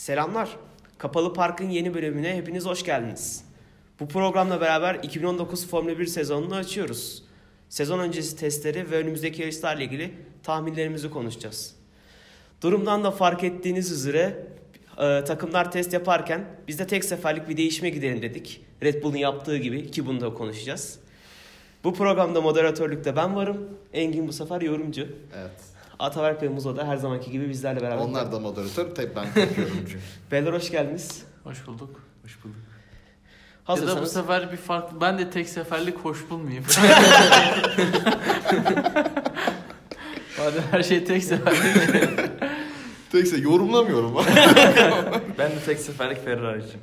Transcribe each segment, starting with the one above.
Selamlar. Kapalı Park'ın yeni bölümüne hepiniz hoş geldiniz. Bu programla beraber 2019 Formula 1 sezonunu açıyoruz. Sezon öncesi testleri ve önümüzdeki yarışlarla ilgili tahminlerimizi konuşacağız. Durumdan da fark ettiğiniz üzere takımlar test yaparken biz de tek seferlik bir değişime gidelim dedik. Red Bull'un yaptığı gibi ki bunu da konuşacağız. Bu programda moderatörlükte ben varım. Engin bu sefer yorumcu. Evet. Ataberk ve Muzo da her zamanki gibi bizlerle beraber. Onlar da moderatör, tek ben yorumcu. Beyler hoş geldiniz. Hoş bulduk. Hoş bulduk. Hazırsanız... Ya da bu sefer bir farklı... Ben de tek seferlik hoş bulmayayım. Madem her şey tek seferlik. Tekse yorumlamıyorum. Ben de tek seferlik Ferrari'ciyim.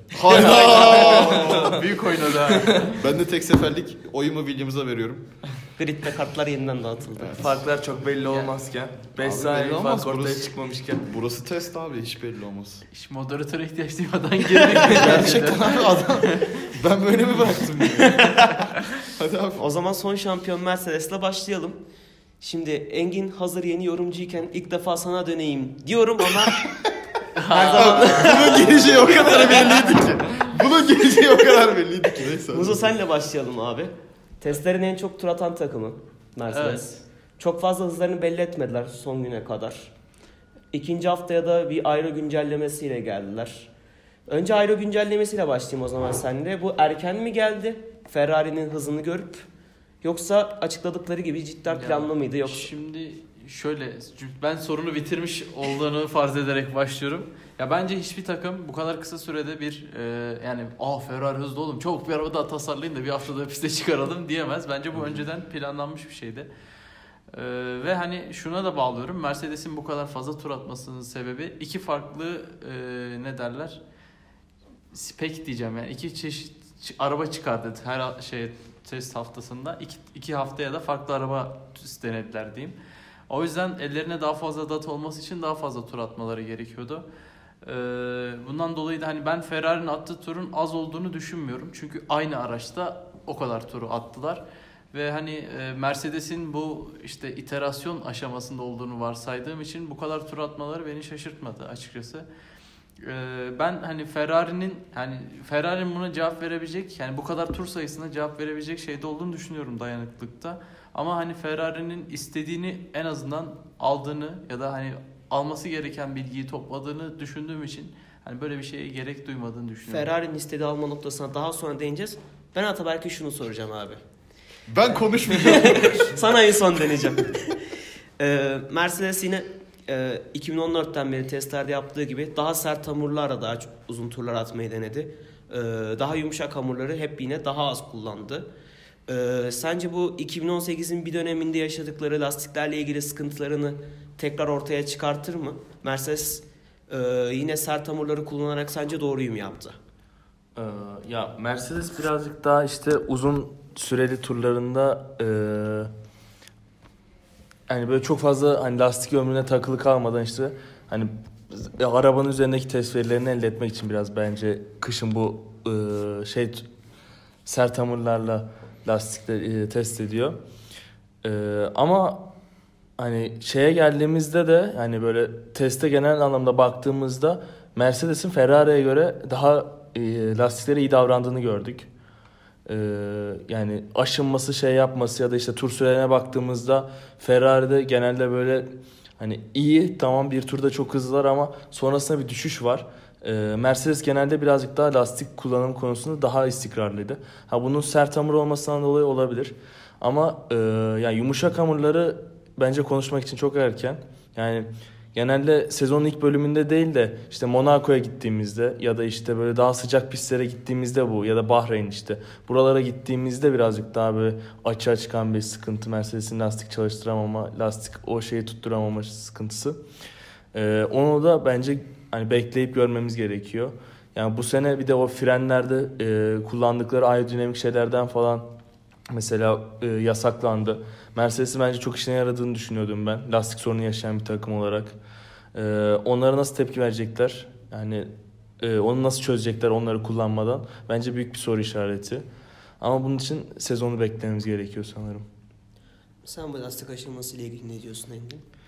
Hayda! Büyük oynadı ha. Ben de tek seferlik oyumu Williams'a veriyorum. Grid'de kartlar yeniden dağıtıldı. Evet. Farklar çok belli olmazken, 5 Abi saniye belli olmaz, fark ortaya burası- çıkmamışken. Burası test abi, hiç belli olmaz. Hiç moderatöre ihtiyaç duymadan girdik. Gerçekten abi adam... Ben böyle mi bıraktım? Hadi abi. O zaman son şampiyon Mercedes'le başlayalım. Şimdi Engin hazır yeni yorumcuyken ilk defa sana döneyim diyorum ama her zaman Bunun geleceği o kadar belliydi ki. Bunun geleceği o kadar belliydi ki. Neyse. Muzo senle başlayalım abi. Testlerin en çok tur atan takımı Mercedes. Evet. Çok fazla hızlarını belli etmediler son güne kadar. İkinci haftaya da bir aero güncellemesiyle geldiler. Önce aero güncellemesiyle başlayayım o zaman seninle. Bu erken mi geldi Ferrari'nin hızını görüp? Yoksa açıkladıkları gibi cidden planlı mıydı yoksa? Şimdi şöyle, ben sorunu bitirmiş olduğunu farz ederek başlıyorum. Ya bence hiçbir takım bu kadar kısa sürede bir yani Ferrari hızlı oğlum çabuk bir araba daha tasarlayın da bir haftada piste çıkaralım diyemez. Bence bu önceden planlanmış bir şeydi. Ve hani şuna da bağlıyorum. Mercedes'in bu kadar fazla tur atmasının sebebi iki farklı ne derler? Spec diyeceğim yani iki çeşit araba çıkardı her test haftasında. İki haftaya da farklı araba denediler diyeyim. O yüzden ellerine daha fazla data olması için daha fazla tur atmaları gerekiyordu. Bundan dolayı da hani ben Ferrari'nin attığı turun az olduğunu düşünmüyorum. Çünkü aynı araçta o kadar turu attılar. Ve hani Mercedes'in bu işte iterasyon aşamasında olduğunu varsaydığım için bu kadar tur atmaları beni şaşırtmadı açıkçası. Ben hani Ferrari'nin buna cevap verebilecek, yani bu kadar tur sayısına cevap verebilecek şeyde olduğunu düşünüyorum dayanıklılıkta. Ama hani Ferrari'nin istediğini en azından aldığını ya da hani alması gereken bilgiyi topladığını düşündüğüm için hani böyle bir şeye gerek duymadığını düşünüyorum. Ferrari'nin istediği alma noktasına daha sonra değineceğiz. Ben Ataberk'e şunu soracağım abi. Ben konuşmayacağım. Sana en son deneyeceğim. Mercedes yine 2014'ten beri testlerde yaptığı gibi daha sert hamurlarla daha uzun turlar atmayı denedi. Daha yumuşak hamurları hep yine daha az kullandı. Sence bu 2018'in bir döneminde yaşadıkları lastiklerle ilgili sıkıntılarını tekrar ortaya çıkartır mı? Mercedes yine sert hamurları kullanarak sence doğruyu mu yaptı? Ya Mercedes birazcık daha işte uzun süreli turlarında hani böyle çok fazla hani lastik ömrüne takılı kalmadan işte hani arabanın üzerindeki test verilerini elde etmek için biraz bence kışın bu sert hamurlarla lastikleri test ediyor. Ama hani şeye geldiğimizde de hani böyle teste genel anlamda baktığımızda Mercedes'in Ferrari'ye göre daha lastiklere iyi davrandığını gördük. Yani aşınması yapması ya da işte tur sürelerine baktığımızda Ferrari'de genelde böyle hani iyi tamam bir turda çok hızlılar ama sonrasında bir düşüş var. Mercedes genelde birazcık daha lastik kullanım konusunda daha istikrarlıydı. Bunun sert hamur olmasından dolayı olabilir. Ama yani yumuşak hamurları bence konuşmak için çok erken. Yani genelde sezonun ilk bölümünde değil de işte Monaco'ya gittiğimizde ya da işte böyle daha sıcak pistlere gittiğimizde bu ya da Bahreyn işte buralara gittiğimizde birazcık daha böyle açığa çıkan bir sıkıntı. Mercedes'in lastik çalıştıramama, lastik o şeyi tutturamama sıkıntısı. Onu da bence hani bekleyip görmemiz gerekiyor. Yani bu sene bir de o frenlerde kullandıkları aerodinamik şeylerden falan mesela yasaklandı. Mercedes'in bence çok işine yaradığını düşünüyordum ben. Lastik sorunu yaşayan bir takım olarak. Onlara nasıl tepki verecekler? Yani onu nasıl çözecekler onları kullanmadan? Bence büyük bir soru işareti. Ama bunun için sezonu beklememiz gerekiyor sanırım. Sen bu lastik aşınması ile ilgili ne diyorsun Engin?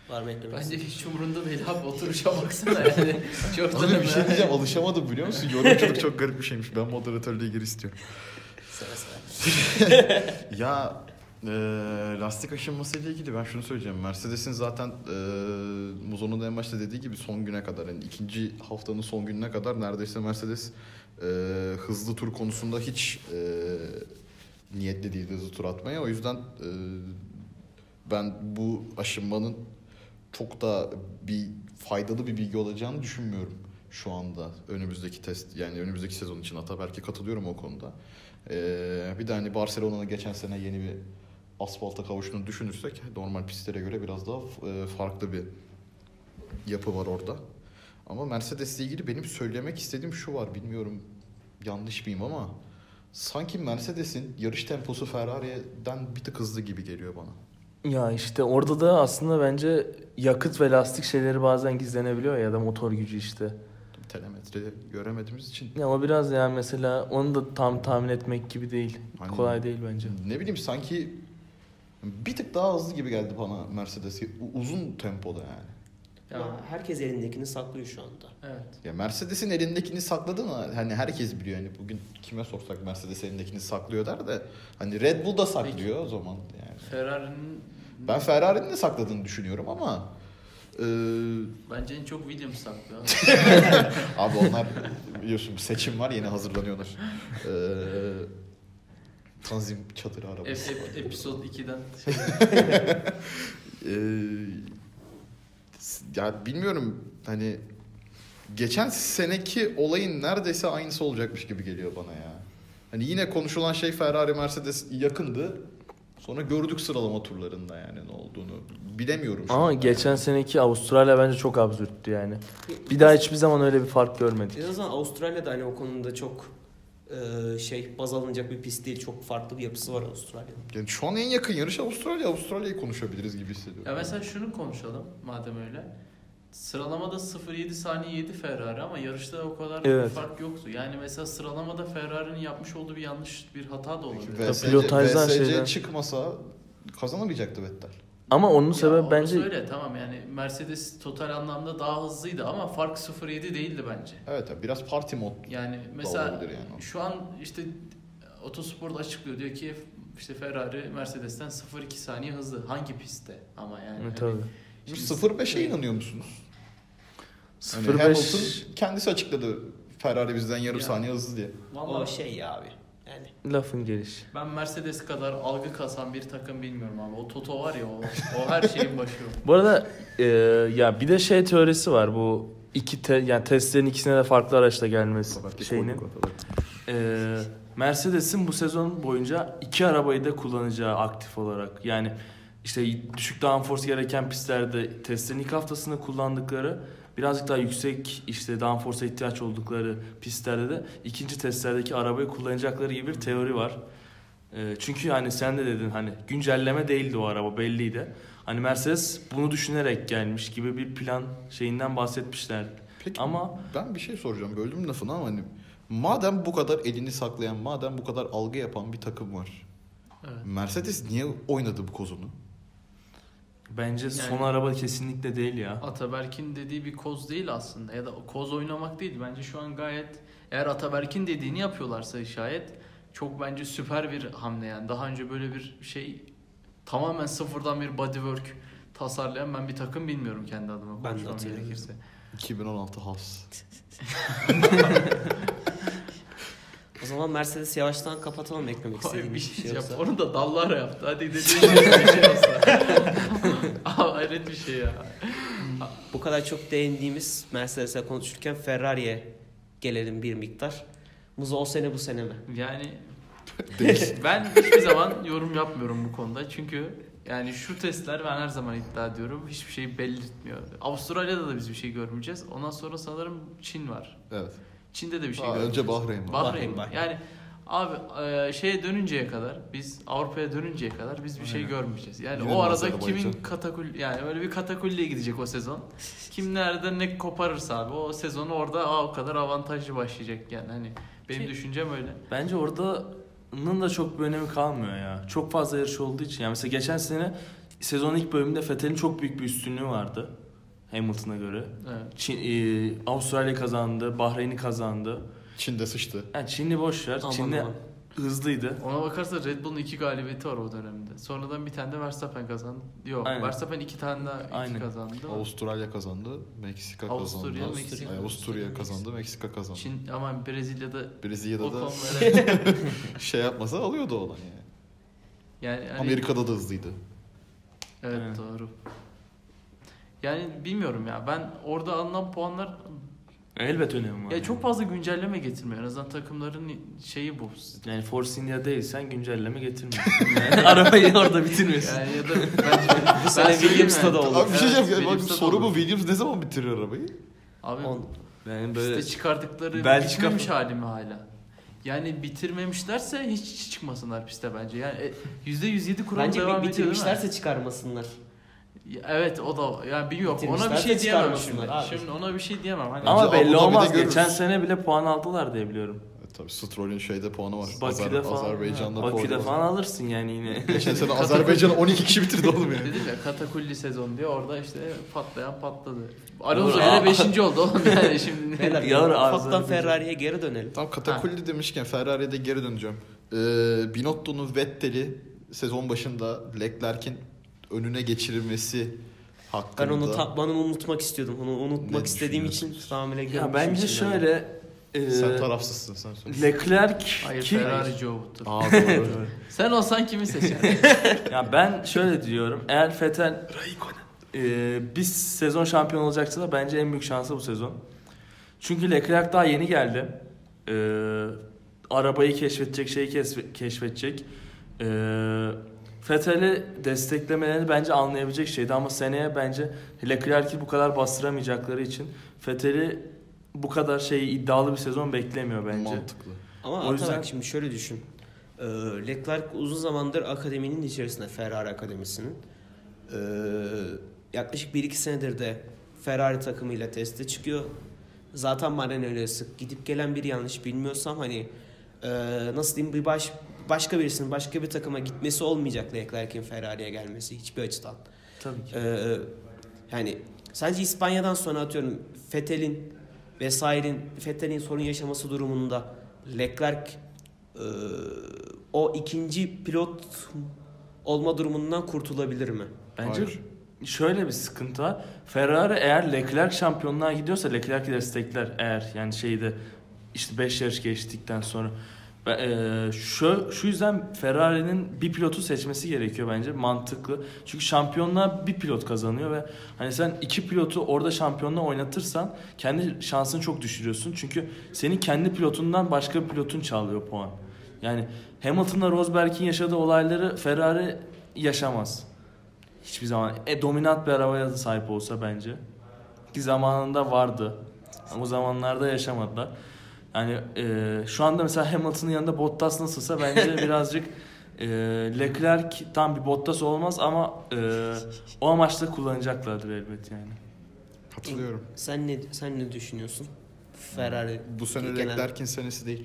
Var mı eklemek Bence istediğin? hiç umurunda değil abi, oturuşa baksana yani. Çok Oğlum bir da şey diyeceğim, alışamadım biliyor musun? Yorumculuk çok garip bir şeymiş. Ben moderatörlüğe gir istiyorum. Sıra sıra. Ya lastik aşınması ile ilgili ben şunu söyleyeceğim. Mercedes'in zaten Muzo'nun da en başta dediği gibi son güne kadar, yani ikinci haftanın son gününe kadar neredeyse Mercedes hızlı tur konusunda hiç niyetli değildi hızlı tur atmaya. O yüzden ben bu aşınmanın çok da faydalı bir bilgi olacağını düşünmüyorum şu anda önümüzdeki test, yani önümüzdeki sezon için. Hatta belki katılıyorum o konuda. Bir de hani Barcelona'nın geçen sene yeni bir asfalta kavuştuğunu düşünürsek normal pistlere göre biraz daha farklı bir yapı var orada. Ama Mercedes'le ilgili benim söylemek istediğim şu var, bilmiyorum yanlış mıyım ama sanki Mercedes'in yarış temposu Ferrari'den bir tık hızlı gibi geliyor bana. Ya işte orada da aslında bence yakıt ve lastik şeyleri bazen gizlenebiliyor ya da motor gücü işte. Telemetre göremediğimiz için. Ya ama biraz yani mesela onu da tam tahmin etmek gibi değil. Hani Kolay değil bence. Ne bileyim, sanki bir tık daha hızlı gibi geldi bana Mercedes. Uzun tempoda yani. Ama herkes elindekini saklıyor şu anda. Evet. Ya Mercedes'in elindekini sakladı mı? Hani herkes biliyor. Hani bugün kime sorsak Mercedes elindekini saklıyor der de hani Red Bull da saklıyor o zaman yani. Ferrari'nin Ben Ferrari'nin de sakladığını düşünüyorum ama bence en çok Williams saklıyor. abi onlar biliyorsun seçim var, yeni hazırlanıyorlar. Tanzim çadırı arabası. Episode 2'den. Ya bilmiyorum, hani geçen seneki olayın neredeyse aynısı olacakmış gibi geliyor bana ya. Hani yine konuşulan şey Ferrari Mercedes yakındı. Sonra gördük sıralama turlarında yani ne olduğunu. Bilemiyorum şu Ama anda geçen yani. seneki Avustralya bence çok absürttü yani. Bir daha hiçbir zaman öyle bir fark görmedik. En azından Avustralya'da hani o konuda çok baz alınacak bir pist değil. Çok farklı bir yapısı var Avustralya'nın. Yani şu an en yakın yarış Avustralya. Avustralya'yı konuşabiliriz gibi hissediyorum. Ya mesela şunu konuşalım madem öyle. Sıralamada 0.7 saniye 7 Ferrari ama yarışta o kadar Evet. bir fark yoktu. Yani mesela sıralamada Ferrari'nin yapmış olduğu bir yanlış bir hata da olabilir. Pilotajdan VSC şeyden. çıkmasa kazanamayacaktı Vettel. Ama onun Ya sebebi onu bence söyle tamam, yani Mercedes total anlamda daha hızlıydı ama fark 0.7 değildi bence. Evet ya, biraz party mod. Yani mesela olabilir yani. şu an işte Otosport açıklıyor, diyor ki işte Ferrari Mercedes'ten 0.2 saniye hızlı. Hangi pistte ama yani. tabii. Şimdi 0.5'e inanıyor musunuz? Hani 0.5 Hamilton kendisi açıkladı Ferrari bizden yarım Ya. saniye hızlı diye. Vallahi Ya abi. Yani lafın gelişi. ben Mercedes kadar algı kasan bir takım bilmiyorum abi. O Toto var ya, o her şeyin başı. Bu arada ya bir de şey teorisi var, bu yani testlerin ikisine de farklı araçla gelmesi şeyinin. Mercedes'in bu sezon boyunca iki arabayı da kullanacağı aktif olarak. Yani işte düşük downforce gereken pistlerde testlerin ilk haftasında kullandıkları, birazcık daha yüksek işte downforce'a ihtiyaç oldukları pistlerde de ikinci testlerdeki arabayı kullanacakları gibi bir teori var. Çünkü hani sen de dedin, hani güncelleme değildi o araba, belliydi. Hani Mercedes bunu düşünerek gelmiş gibi bir plan şeyinden bahsetmişler. Peki Ama ben bir şey soracağım, böldüm lafını ama hani madem bu kadar elini saklayan, madem bu kadar algı yapan bir takım var. Evet. Mercedes niye oynadı bu kozunu? bence son araba kesinlikle değil ya. Ataberk'in dediği bir koz değil aslında, ya da koz oynamak değil. Bence şu an gayet, eğer Ataberk'in dediğini yapıyorlarsa şayet çok bence süper bir hamle yani. Daha önce böyle bir şey, tamamen sıfırdan bir bodywork tasarlayan ben bir takım bilmiyorum kendi adıma, Ben de konuşmam hatırlıyorum. gerekirse. 2016 Haas. o zaman Mercedes yavaştan kapatalım, eklemek Vay, istediğim bir bir şey şey yap. yoksa. Onu da Dallara yaptı. Hadi dediğin gibi bir şey olsa. Aa, hayret bir şey ya. Bu kadar çok değindiğimiz Mercedes'e konuşurken Ferrari'ye gelelim bir miktar. Muzo o sene bu sene mi? Yani ben hiçbir zaman yorum yapmıyorum bu konuda. Çünkü yani şu testler, ben her zaman iddia ediyorum, hiçbir şey belirtmiyor. Avustralya'da da biz bir şey görmeyeceğiz. Ondan sonra sanırım Çin var. Evet. Çin'de de bir şey Önce görmeyeceğiz. Bahreyn var. Bahreyn var. Bahreyn. Yani abi şeye dönünceye kadar, biz Avrupa'ya dönünceye kadar biz bir şey Aynen. görmeyeceğiz. Yani Yine o arada Azerbaycan. kimin yani öyle bir katakulliye gidecek o sezon. Kim nerede ne koparırsa abi o sezonu orada o kadar avantajlı başlayacak yani. Hani benim düşüncem öyle. Bence oranın da çok bir önemi kalmıyor ya. Çok fazla yarış olduğu için. Yani mesela geçen sene sezonun ilk bölümünde Vettel'in çok büyük bir üstünlüğü vardı Hamilton'a göre. Evet. Avustralya kazandı, Bahreyn'i kazandı. Çin'de sıçtı. Yani Çin'i boş ver. Aman Çin'de aman. hızlıydı. Ona bakarsa Red Bull'un 2 galibiyeti var o dönemde. Sonradan bir tane de Verstappen kazandı. Yok, Aynen. Verstappen 2 tane daha Aynen. kazandı. Avustralya kazandı, Meksika Avusturya, kazandı. Meksika. Avusturya kazandı, Meksika kazandı. Çin ama Brezilya'da Brezilya'da o da konulara şey yapmasa alıyordu olan yani. yani hani- Amerika'da da hızlıydı. Evet, Evet. doğru. Yani bilmiyorum ya. Ben orada alınan puanlar Elbet önemi var. ya çok fazla güncelleme getirmiyor. En azından takımların şeyi bu. Yani Force India değilsen güncelleme getirmiyorsun. Yani arabayı orada bitirmiyorsun. Yani ya da bence Bu sene Williams'ta da olur. Abi bir şey Evet, diyeceğim. Bak, Williams'ta da soru bu. olur. Williams ne zaman bitirir arabayı? Abi Yani böyle piste çıkardıkları Belçika- bitmemiş hali mi hala? Yani bitirmemişlerse hiç çıkmasınlar piste bence. Yani %107 kural Bence devam ediyor değil mi? bitirmişlerse çıkarmasınlar. Evet, o da yani bilmiyorum. Ona bir Bitirmişlerse şey diyemem çıkarmasınlar şimdi. abi. Şimdi ona bir şey diyemem. Hani ama Bence belli Abu Dhabi'de olmaz. görürüz. Geçen sene bile puan aldılar diye biliyorum. Tabii Stroll'ün şeyde puanı var. Bakü'de falan. Azerbaycan'da Bakü'de puanı var. falan alırsın yani yine. Geçen sene Azerbaycan'ı 12 kişi bitirdi oğlum yani. dedim ya katakulli sezon diye orada işte patlayan patladı. Alonso Doğru. hele 5. oldu oğlum yani şimdi. Beyler Yar ufaktan ağızları Ferrari'ye geri dönelim. Tam katakulli demişken Ferrari'ye de geri döneceğim. Binotto'nun Vettel'i sezon başında Leclerc'in önüne geçirilmesi hakkında. Ben onu unutmak istiyordum. Onu unutmak Ne istediğim için düşünüyorsun? tamamıyla Ya bence şöyle Sen tarafsızsın, sen söyle. Leclerc Hayır, ki Ferrari Joe Butler. Aa doğru. Sen olsan kimi seçerdin? ya ben şöyle diyorum. Eğer Vettel bir sezon şampiyon olacaksa da bence en büyük şansı bu sezon. Çünkü Leclerc daha yeni geldi. Arabayı keşfedecek, keşfedecek. Vettel'i desteklemelerini bence anlayabilecek şeydi ama seneye bence Leclerc'i bu kadar bastıramayacakları için Vettel'i bu kadar iddialı bir sezon beklemiyor bence. Mantıklı. Ama O yüzden- Atabak şimdi şöyle düşün. Leclerc uzun zamandır akademinin içerisinde, Ferrari akademisinin. Yaklaşık 1-2 senedir de Ferrari takımıyla teste çıkıyor. Zaten Maranello'ya sık gidip gelen biri, yanlış bilmiyorsam hani nasıl diyeyim, başka birisinin başka bir takıma gitmesi olmayacak Leclerc'in Ferrari'ye gelmesi hiçbir açıdan. Tabii ki. Yani sadece İspanya'dan sonra atıyorum Vettel'in sorun yaşaması durumunda Leclerc o ikinci pilot olma durumundan kurtulabilir mi? Bence Hayır. şöyle bir sıkıntı var. Ferrari eğer Leclerc şampiyonluğa gidiyorsa Leclerc'i destekler eğer yani işte 5 yarış geçtikten sonra. Şu yüzden Ferrari'nin bir pilotu seçmesi gerekiyor bence, mantıklı. Çünkü şampiyonluğa bir pilot kazanıyor ve hani sen iki pilotu orada şampiyonluğa oynatırsan kendi şansını çok düşürüyorsun. Çünkü senin kendi pilotundan başka bir pilotun çalıyor puan. Yani Hamilton'la Rosberg'in yaşadığı olayları Ferrari yaşamaz. Hiçbir zaman. Dominant bir arabaya da sahip olsa bence. Ki zamanında vardı. Ama o zamanlarda yaşamadılar. Yani şu anda mesela Hamilton'ın yanında Bottas nasılsa bence birazcık Leclerc tam bir Bottas olmaz ama o amaçla kullanacaklardır elbet yani. Katılıyorum. Sen ne düşünüyorsun? Ferrari Bu sene genel- Leclerc'in senesi değil.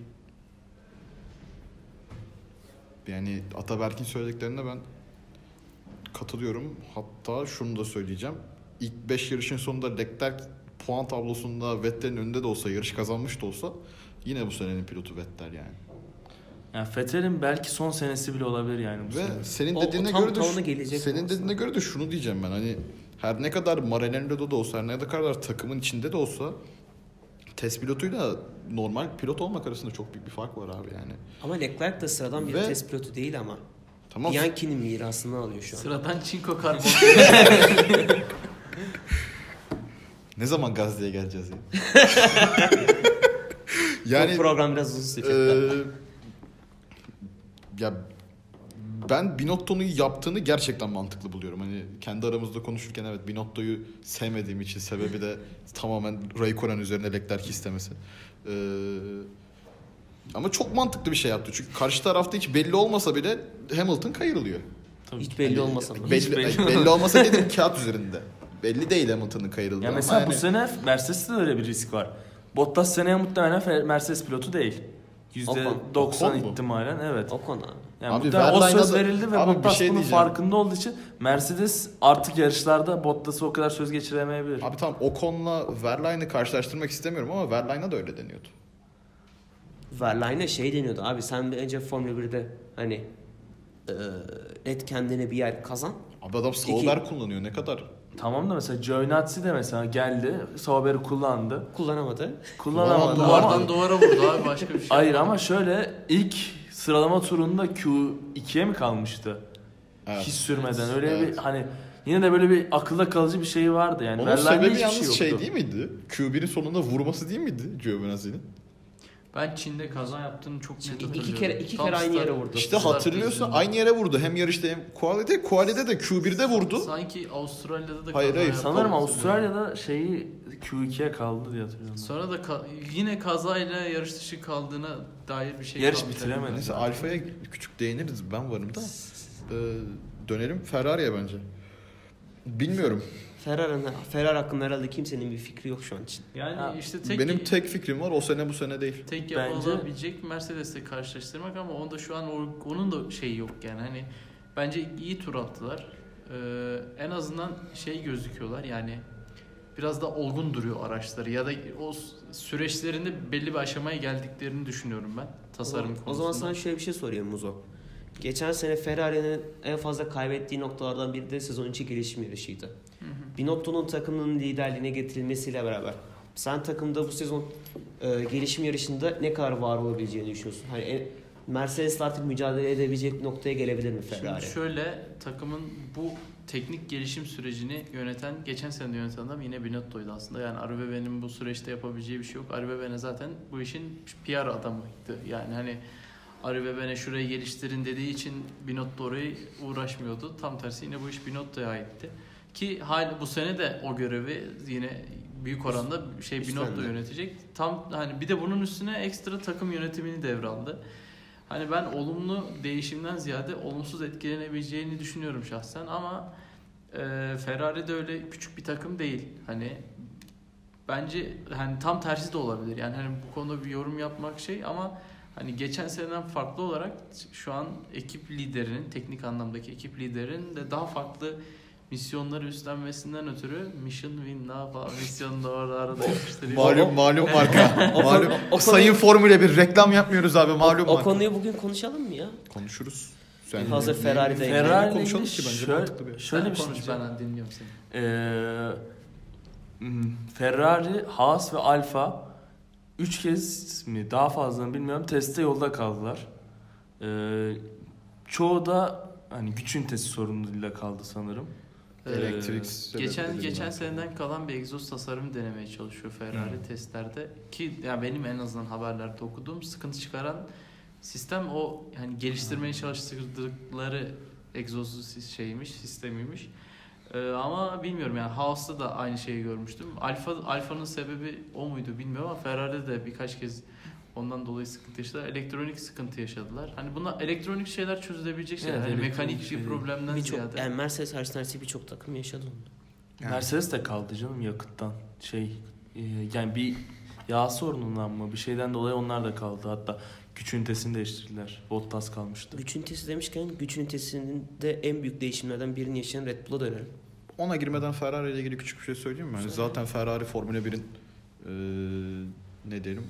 Yani Ataberk'in söylediklerine ben katılıyorum. Hatta şunu da söyleyeceğim. İlk 5 yarışın sonunda Leclerc puan tablosunda Vettel'in önünde de olsa, yarış kazanmış da olsa yine bu senenin pilotu Vettel yani. Yani Vettel'in belki son senesi bile olabilir yani bu sene. Ve senin O dediğine tam göre de tavanı gelecek senin aslında. dediğine göre de şunu diyeceğim ben, hani her ne kadar Maranello'da da olsa, her ne kadar takımın içinde de olsa test pilotuyla normal pilot olmak arasında çok büyük bir fark var abi yani. Ama Leclerc de sıradan bir Ve- test pilotu değil ama. Tamam. Bianchi'nin mirasını alıyor şu an. Sıradan çinko karbon. Ne zaman Gazze'ye geleceğiz ya? Bu yani program biraz uzun sürecek. Ya ben Binotto'nun yaptığını gerçekten mantıklı buluyorum. Hani kendi aramızda konuşurken evet, Binotto'yu sevmediğim için, sebebi de tamamen Raikkonen üzerine Leclerc istemesi. Ama çok mantıklı bir şey yaptı. Çünkü karşı tarafta hiç belli olmasa bile Hamilton kayırılıyor. Hiç belli olmasa mı? Belli olmasa dedim kağıt üzerinde. Belli değil Hamilton'ın kayırıldığı. Ya ama mesela yani- bu sene Mercedes'te de öyle bir risk var. Bottas seneye muhtemelen Mercedes pilotu değil. Ocon %90 mu? ihtimalen evet. Ocon abi. Yani Abi muhtemelen o Verlaine'a söz da- verildi ve Abi bir Bottas şey bunun diyeceğim. farkında olduğu için Mercedes artık yarışlarda Bottas'a o kadar söz geçiremeyebilir. Abi tamam Ocon'la Verlaine'ı karşılaştırmak istemiyorum ama Verlaine'a da öyle deniyordu. Verlaine'e şey deniyordu abi, sen bir önce Formula 1'de hani net kendine bir yer kazan. Abi adam Sauber kullanıyor ne kadar. Tamam da mesela Giovinazzi de mesela geldi, Sauber'i kullandı. Kullanamadı. Kullanamadı Duvardan ama... duvara vurdu abi, başka bir şey. Hayır yapmadı. ama şöyle ilk sıralama turunda Q2'ye mi kalmıştı? Evet. Hiç sürmeden Evet. öyle Evet. bir hani yine de böyle bir akılda kalıcı bir şey vardı yani. Onun Verlaine'de sebebi hiçbir yalnız şey yoktu. değil miydi? Q1'in sonunda vurması değil miydi Giovinazzi'nin? Ben Çin'de kaza yaptığını çok net Şimdi hatırlıyorum. iki Tam kere aynı start- yere vurdu. İşte start hatırlıyorsun düzlüğünde. aynı yere vurdu. Hem yarışta hem quali'de de Q1'de vurdu. Sanki Avustralya'da da Hayır, kaza hayır. yaptı. Sanırım Avustralya'da şeyi Q2'ye kaldı diye hatırlıyorum. Sonra da yine kazayla yarış dışı kaldığına dair bir şey Yarış kaldı. bitiremedi. Neyse Alfa'ya küçük değiniriz, ben varım da. Dönelim Ferrari'ye bence. Bilmiyorum. Ferrari hakkında herhalde kimsenin bir fikri yok şu an için. Yani Ha, işte tek Benim tek fikrim var, o sene bu sene değil. tek Bence- yapılabilecek Mercedes'le karşılaştırmak ama onda şu an onun da şeyi yok yani. Hani bence iyi tur attılar. En azından şey gözüküyorlar yani biraz da olgun duruyor araçları ya da o süreçlerinde belli bir aşamaya geldiklerini düşünüyorum ben tasarım konusunda. O zaman sana şöyle bir şey sorayım Muzo. Geçen sene Ferrari'nin en fazla kaybettiği noktalardan biri de sezon içi gelişim yarışıydı. Hı hı. Binotto'nun takımının liderliğine getirilmesiyle beraber sen takımda bu sezon gelişim yarışında ne kadar var olabileceğini düşünüyorsun? Hani Mercedes artık mücadele edebilecek bir noktaya gelebilir mi Ferrari? Şimdi şöyle, takımın bu teknik gelişim sürecini geçen sene de yöneten adam yine Binotto'ydu aslında. Yani Arrivabene bu süreçte yapabileceği bir şey yok. Arrivabene zaten bu işin PR adamıydı. Yani hani Arrivabene şurayı geliştirin dediği için Binotto orayı uğraşmıyordu. Tam tersi yine bu iş Binotto'ya aitti. Ki bu sene de o görevi yine büyük oranda Binotto Üstlendi. yönetecek. Tam hani bir de bunun üstüne ekstra takım yönetimini devraldı. Hani ben olumlu değişimden ziyade olumsuz etkilenebileceğini düşünüyorum şahsen ama Ferrari de öyle küçük bir takım değil. Hani bence hani tam tersi de olabilir. Yani hani bu konuda bir yorum yapmak ama hani geçen seneden farklı olarak şu an ekip liderinin, teknik anlamdaki ekip liderinin de daha farklı misyonları üstlenmesinden ötürü mission win misyonu da orada arada yapıştırıyor. Malum marka. Malum. o Sayın Formula 1 reklam yapmıyoruz abi, malum O marka. konuyu bugün konuşalım mı ya? Konuşuruz. Hazır Ferrari'de- Ferrari'yle konuşalım ilgili ki bence şöyle, mantıklı bir. şöyle bir şey konuş, diyeceğim. ben dinliyorum seni. Ferrari, Haas ve Alfa 3 kez mi daha fazla mı bilmiyorum testte yolda kaldılar. Çoğu da hani güç ünitesi sorunuyla kaldı sanırım. Elektrik Geçen seneden kalan bir egzoz tasarımı denemeye çalışıyor Ferrari testlerde ki yani benim en azından haberlerde okuduğum sıkıntı çıkaran sistem o yani geliştirmeye çalıştırdıkları egzoz sistemiymiş. Ama bilmiyorum yani Haas'ta da aynı şeyi görmüştüm. Alfa'nın sebebi o muydu bilmiyorum ama Ferrari'de de birkaç kez ondan dolayı sıkıntı yaşadılar. Elektronik sıkıntı yaşadılar. Hani bunlar elektronik şeyler çözülebilecek şeyler. Evet, Hani elektronik mekanik bir şey problemden ziyade. Yani Mercedes hariç birçok takım yaşadı onu. Yani. Mercedes de kaldı canım yakıttan. Yani bir yağ sorunundan mı bir şeyden dolayı onlar da kaldı. Hatta güç ünitesini değiştirdiler. Bottas kalmıştı. Güç ünitesi demişken güç ünitesinin de en büyük değişimlerden birini yaşayan Red Bull'a dönelim. Ona girmeden Ferrari ile ilgili küçük bir şey söyleyeyim mi? Yani zaten Ferrari Formula 1'in ne diyelim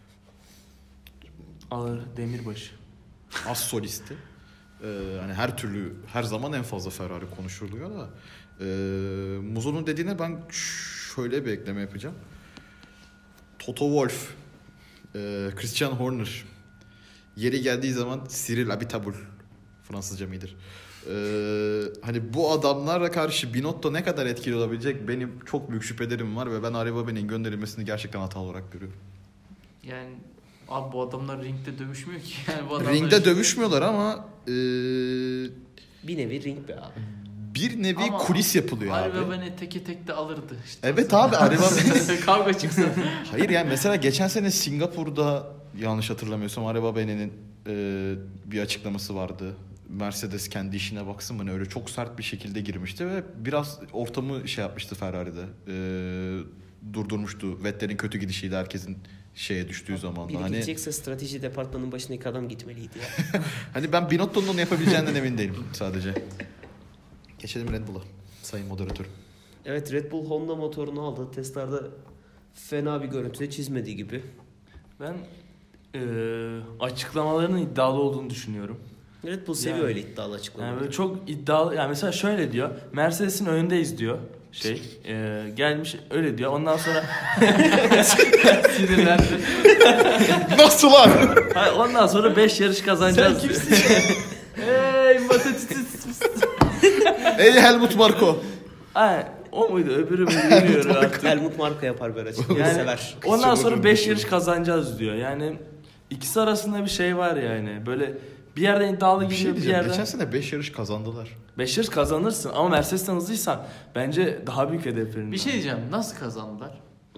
Ağır demirbaşı. as solisti. Hani her zaman en fazla Ferrari konuşuluyor da Muzo'nun dediğine ben şöyle bir ekleme yapacağım. Toto Wolff, Christian Horner, yeri geldiği zaman Cyril Abiteboul, Fransızca mıdır? Hani bu adamlara karşı Binotto ne kadar etkili olabilecek benim çok büyük şüphelerim var ve ben Arrivabane'nin gönderilmesini gerçekten hatalı olarak görüyorum. Yani abi bu adamlar ringde dövüşmüyor ki. Yani bu adamlar Ringde dövüşmüyorlar ama Bir nevi ring be abi. bir nevi Ama kulis yapılıyor abi. Arrivabene teke de alırdı. İşte Evet abi Arrivabene. Kavga çıksa. Hayır yani mesela geçen sene Singapur'da yanlış hatırlamıyorsam Arrivabane'nin bir açıklaması vardı. Mercedes kendi işine baksın mı ne, öyle çok sert bir şekilde girmişti ve biraz ortamı yapmıştı Ferrari'de. durdurmuştu. Vettel'in kötü gidişiyle herkesin şeye düştüğü zaman da. Biri Hani gidecekse strateji departmanının başındaki adam gitmeliydi ya. hani ben Binotto'nun onu yapabileceğinden emin değilim sadece. Geçelim Red Bull'a. Sayın moderatörüm. Evet, Red Bull Honda motorunu aldı. Testlerde fena bir görüntüde çizmediği gibi. Ben açıklamalarının iddialı olduğunu düşünüyorum. Red Bull seviyor Yani- öyle iddialı Yani açıklamaları. böyle çok iddialı. Yani mesela şöyle diyor. Mercedes'in önündeyiz diyor. Gelmiş öyle diyor. Ondan sonra Sinirlendi. Nasıl lan? hayır, ondan sonra 5 yarış kazanacağız. Sen diyor. Hey Matatitis. Ey Helmut Marko. Hayır, o muydu? Öbürü müydü bilmiyorum artık. Helmut Marko yapar böyle açıklamayı, Yani sever. ondan sonra Kısım 5 olur. yarış kazanacağız diyor. Yani ikisi arasında bir şey var yani. Böyle bir yerden iddialı Bir şey gidiyor, bir diyeceğim. yerden. Geçen sene 5 yarış kazandılar. 5 yarış kazanırsın ama Mercedes'ten hızlıysan bence daha büyük hedeflerin Bir var. şey diyeceğim. Nasıl kazandılar?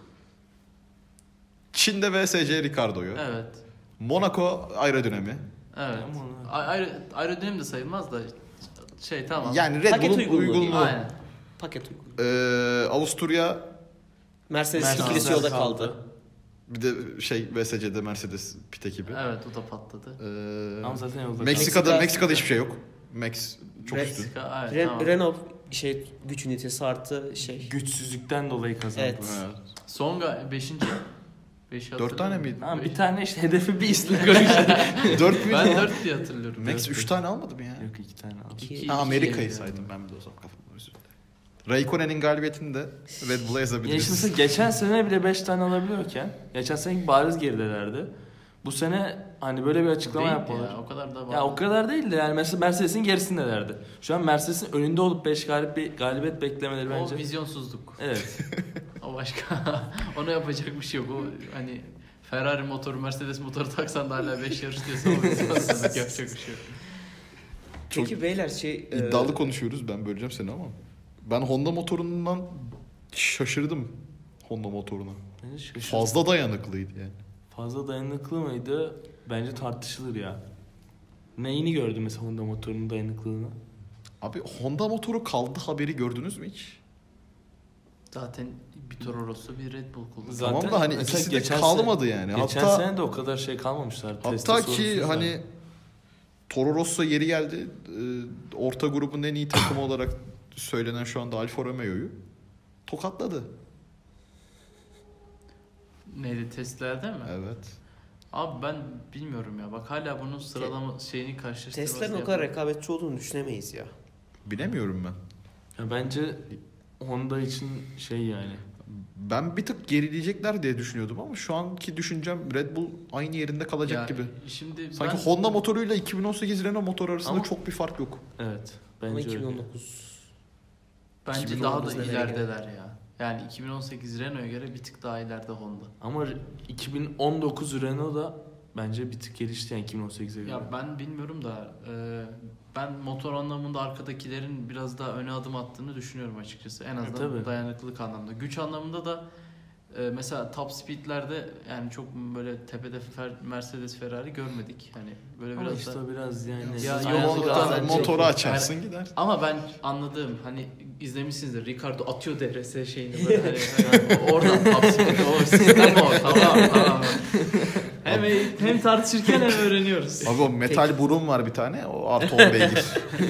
Çin'de VSC Ricardo'yu. Evet. Monaco aerodinami. Evet. Aerodinam de sayılmaz da tamam. Yani Red Paket Bull'un uygunluğu uygunluğu. diyeyim. Aynen. Paket uygun. Avusturya Mercedes Mercedes ikilisi yolda kaldı. kaldı. bir de VSC'de Mercedes pit ekibi. Evet, o da patladı. Ama zaten yolda Meksika'da hiçbir şey yok. Max çok Red- üstün. Evet, tamam. Renault güç ünitesi artı güçsüzlükten dolayı kazandı. Evet. Evet. Songa 5. 5 4 tane miydi? Ha, bir tane işte hedefi bir ismi 4 müydü? Ben 4 diye hatırlıyorum. Max 3 tane almadı mı ya? Yok 2 tane aldı. İki- Ha, İki Amerika'yı yani. saydım ben bir de o zaman kafamda, özür dilerim. Raikkonen'in galibiyetini de Red Bull'a Ya işte yazabiliriz. mesela geçen sene bile 5 tane alabiliyorken geçen sene bariz geridelerdi. Bu sene hani böyle bir açıklama Değildi yapmaları. ya, o kadar da var. Ya o kadar değil de yani mesela Mercedes'in gerisindelerdi. Şu an Mercedes'in önünde olup 5 galibiyet beklemeleri bence. O vizyonsuzluk. Evet. O başka. Ona yapacak bir şey yok. O hani Ferrari motoru, Mercedes motoru taksan da hala 5 yarış diyorsa o vizyonsuzluk yapacak bir şey yok. Peki beyler İddialı konuşuyoruz, ben böleceğim seni ama. Ben Honda motorundan şaşırdım. Honda motoruna. Bence şaşırdım. Fazla dayanıklıydı yani. Fazla dayanıklı mıydı? Bence tartışılır ya. Neyini gördün mesela Honda motorunun dayanıklılığını? Abi Honda motoru kaldı haberi gördünüz mü hiç? Zaten bir Toro Rosso, bir Red Bull kullanıyor. Zaten Tamam da hani mesela ikisi de geçen kalmadı yani. Geçen Hatta sene de o kadar şey kalmamışlar. Teste hatta ki sorunsuzlar. hani Toro Rosso yeri geldi. Orta grubun en iyi takımı olarak söylenen şu anda Alfa Romeo'yu tokatladı. Neydi, testlerde mi? Evet. Abi ben bilmiyorum ya. Bak hala bunun sıralama şeyini karşılaştırması Tesla'nın o kadar rekabetçi olduğunu düşünemeyiz ya. Bilemiyorum ben. Ya bence Honda için şey yani. Ben bir tık gerileyecekler diye düşünüyordum ama şu anki düşüncem Red Bull aynı yerinde kalacak gibi. Şimdi Sanki ben, Honda motoruyla 2018 Renault motoru arasında Ama- çok bir fark yok. Evet. Ama Bence öyle. 2019 bence 2019 daha da nereye ilerideler ya. Yani 2018 Renault'a göre bir tık daha ileride Honda. Ama 2019 Renault da bence bir tık gelişti yani 2018'e göre. Ya ben bilmiyorum da ben motor anlamında arkadakilerin biraz daha öne adım attığını düşünüyorum açıkçası. En azından tabii. dayanıklılık anlamında. Güç anlamında da mesela top speed'lerde yani çok böyle tepede Mercedes, Ferrari görmedik. Hani böyle Ama biraz işte da... o biraz yani. Ya dayanıklı yolda Yolda bence- motoru açarsın gider. Ama ben anladığım hani izlemişsinizdir. Ricardo atıyor DRS şeyini böyle hani oradan top speed o sistem o tamam. Hem tartışırken hem öğreniyoruz. Abi o metal burun var bir tane, o artı 10 beygir.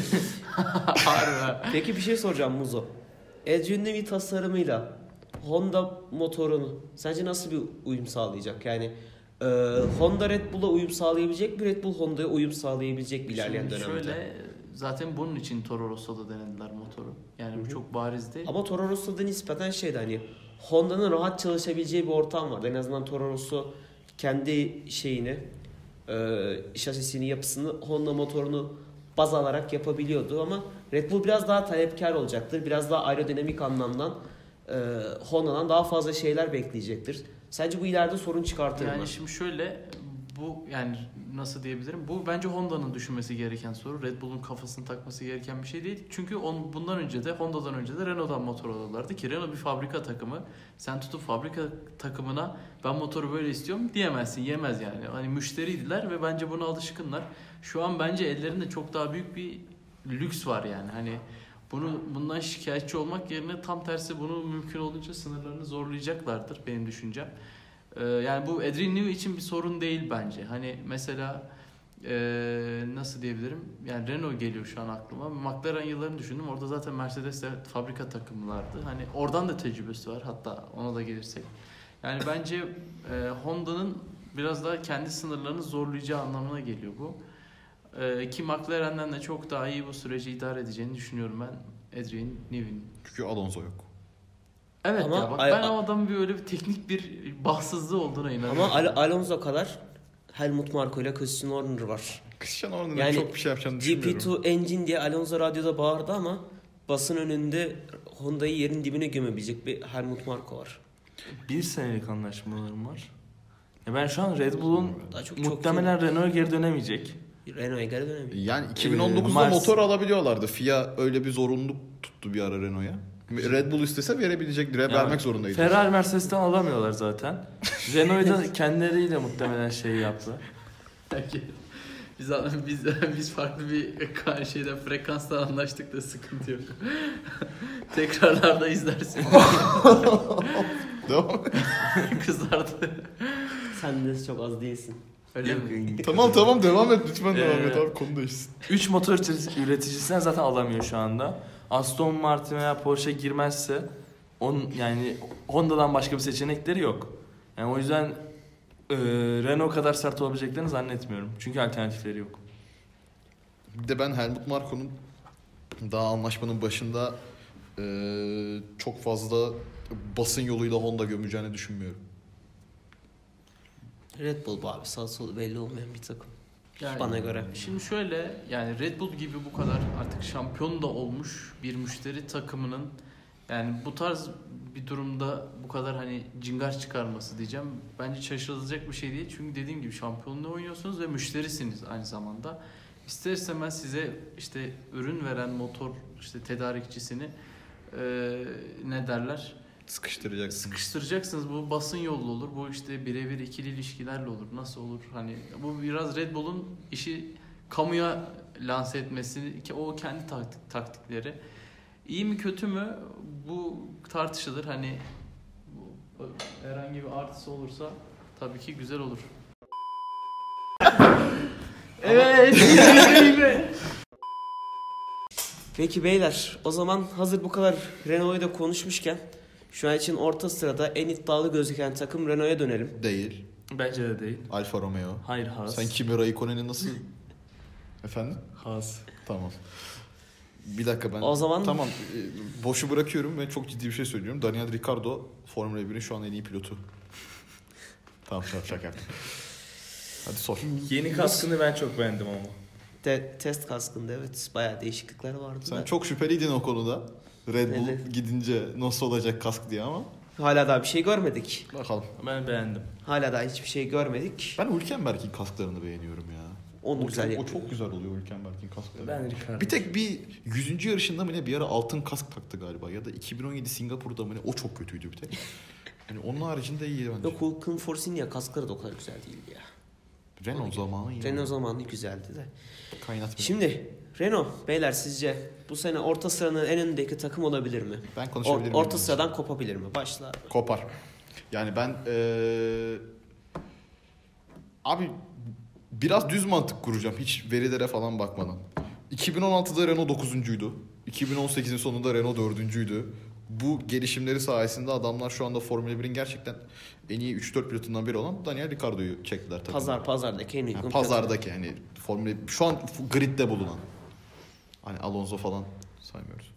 Harbi. Peki bir şey soracağım Muzo. Adrian Newey tasarımıyla Honda motorunu sence nasıl bir uyum sağlayacak? Yani Honda Red Bull'a uyum sağlayabilecek mi? Red Bull Honda'ya uyum sağlayabilecek mi ilerleyen Şimdi dönemde? şöyle zaten bunun için Toro Rosso'da denediler motoru. Yani bu çok barizdi. Ama Toro Rosso'da nispeten şeydi hani Honda'nın rahat çalışabileceği bir ortam vardı. En azından Toro Rosso kendi şeyini, şasisini, yapısını Honda motorunu baz alarak yapabiliyordu ama Red Bull biraz daha talepkar olacaktır. Biraz daha aerodinamik anlamdan Honda'dan daha fazla şeyler bekleyecektir. Sence bu ileride sorun çıkartır mı? Yani şimdi şöyle bu yani nasıl diyebilirim? Bu bence Honda'nın düşünmesi gereken soru. Red Bull'un kafasını takması gereken bir şey değil. Çünkü bundan önce de Honda'dan önce de Renault'dan motor alırlardı ki Renault bir fabrika takımı. Sen tutup fabrika takımına ben motoru böyle istiyorum diyemezsin. Yemez yani. Hani müşteriydiler ve bence buna alışkınlar. Şu an bence ellerinde çok daha büyük bir lüks var yani. Hani Bundan şikayetçi olmak yerine tam tersi bunu mümkün olduğunca sınırlarını zorlayacaklardır benim düşüncem. Yani bu Adrian Newey için bir sorun değil bence. Hani mesela nasıl diyebilirim? Yani Renault geliyor şu an aklıma. McLaren yıllarını düşündüm. Orada zaten Mercedes de fabrika takımlardı. Hani oradan da tecrübesi var. Hatta ona da gelirsek. Yani bence Honda'nın biraz daha kendi sınırlarını zorlayacağı anlamına geliyor bu. Ki McLaren'den de çok daha iyi bu süreci idare edeceğini düşünüyorum ben Adrian Newey'nin. Çünkü Alonso yok. Evet Ama ya bak ben o adamın öyle bir teknik bir bahtsızlığı olduğuna inanıyorum. Ama Alonso kadar Helmut Marko ile Christian Horner var. Christian Horner'ın Yani çok bir şey yapacağını düşünmüyorum. GP2 Engine diye Alonso radyoda bağırdı ama basın önünde Honda'yı yerin dibine gömebilecek bir Helmut Marko var. 1 senelik anlaşmalarım var. Ben şu an Red Bull'un Daha çok muhtemelen Renault'a geri dönemeyecek. Renault'a geri dönemiyor. Yani 2019'da Mars. motor alabiliyorlardı. FIA öyle bir zorunluluk tuttu bir ara Renault'a. Red Bull istese verebilecektir. Hep vermek zorundaydı. Ferrari Mercedes'ten alamıyorlar zaten. Renault'u da kendileriyle muhtemelen şey yaptı. Belki biz farklı bir şeyden frekanstan anlaştık da sıkıntı yok. Tekrarlarda izlersin. Devam. Kızardı. Sen de çok az değilsin. Öyle mi? Tamam devam et lütfen devam et abi konu değişsin. 3 motor üreticisinden zaten alamıyor şu anda. Aston Martin veya Porsche girmezse yani Honda'dan başka bir seçenekleri yok. Yani o yüzden Renault kadar sert olabileceklerini zannetmiyorum. Çünkü alternatifleri yok. Bir de ben Helmut Marko'nun daha anlaşmanın başında çok fazla basın yoluyla Honda gömeceğini düşünmüyorum. Red Bull bu abi, sağ solu belli olmayan bir takım. Yani Bana göre. Şimdi şöyle yani Red Bull gibi bu kadar artık şampiyon da olmuş bir müşteri takımının yani bu tarz bir durumda bu kadar hani cingar çıkarması diyeceğim. Bence şaşırılacak bir şey değil. Çünkü dediğim gibi şampiyonluğu oynuyorsunuz ve müşterisiniz aynı zamanda. İster istemez size işte ürün veren motor işte tedarikçisini ne derler? Sıkıştıracaksınız. Bu basın yolu olur. Bu işte birebir ikili ilişkilerle olur. Nasıl olur? Hani bu biraz Red Bull'un işi kamuya lanse etmesi ki o kendi taktikleri. İyi mi kötü mü bu tartışılır. Hani bu herhangi bir artısı olursa tabii ki güzel olur. Evet. Peki beyler, o zaman hazır bu kadar Renault'u da konuşmuşken şu an için orta sırada en iddialı gözüken takım Renault'a dönelim. Değil. Bence de değil. Alfa Romeo. Hayır, Haas. Sen Kimi Raikkonen'i nasıl... Efendim? Haas. Tamam. Bir dakika ben... O zaman... Tamam. Boşu bırakıyorum ve çok ciddi bir şey söylüyorum. Daniel Ricciardo Formula 1'in şu an en iyi pilotu. Tamam şaka yaptım. Hadi sor. Yeni kaskını ben çok beğendim ama. Test kaskında evet bayağı değişiklikler vardı. Sen çok şüpheliydin o konuda. Red Bull Evet. gidince nasıl olacak kask diye ama. Hala daha bir şey görmedik. Bakalım. Ben beğendim. Hala daha hiçbir şey görmedik. Ben Hülkenberg'in kasklarını beğeniyorum ya. Onu güzel O yapıyor. çok güzel oluyor Hülkenberg'in kaskları. Ben Ricardo. Bir tek bir 100. yarışında mı ne bir ara altın kask taktı galiba ya da 2017 Singapur'da mı ne o çok kötüydü bir tek. Yani onun haricinde iyi bence. Yok, Hulk'un Force India kaskları da o kadar güzel değildi ya. Renault zamanı iyi. Renault zamanı güzeldi de. Kaynat. Şimdi Renault beyler sizce bu sene orta sıranın en önündeki takım olabilir mi? Ben konuşabilir miyim? Orta sıradan kopabilir mi? Başla. Kopar. Yani ben abi biraz düz mantık kuracağım hiç verilere falan bakmadan. 2016'da Renault 9'uncuydu. 2018'in sonunda Renault 4'üncüydü. Bu gelişimleri sayesinde adamlar şu anda Formula 1'in gerçekten en iyi 3-4 pilotundan biri olan Daniel Ricciardo'yu çektiler tabii. Pazardaki en uygun Yani pazardaki yani Formula şu an gridde bulunan. Hani Alonso falan saymıyoruz.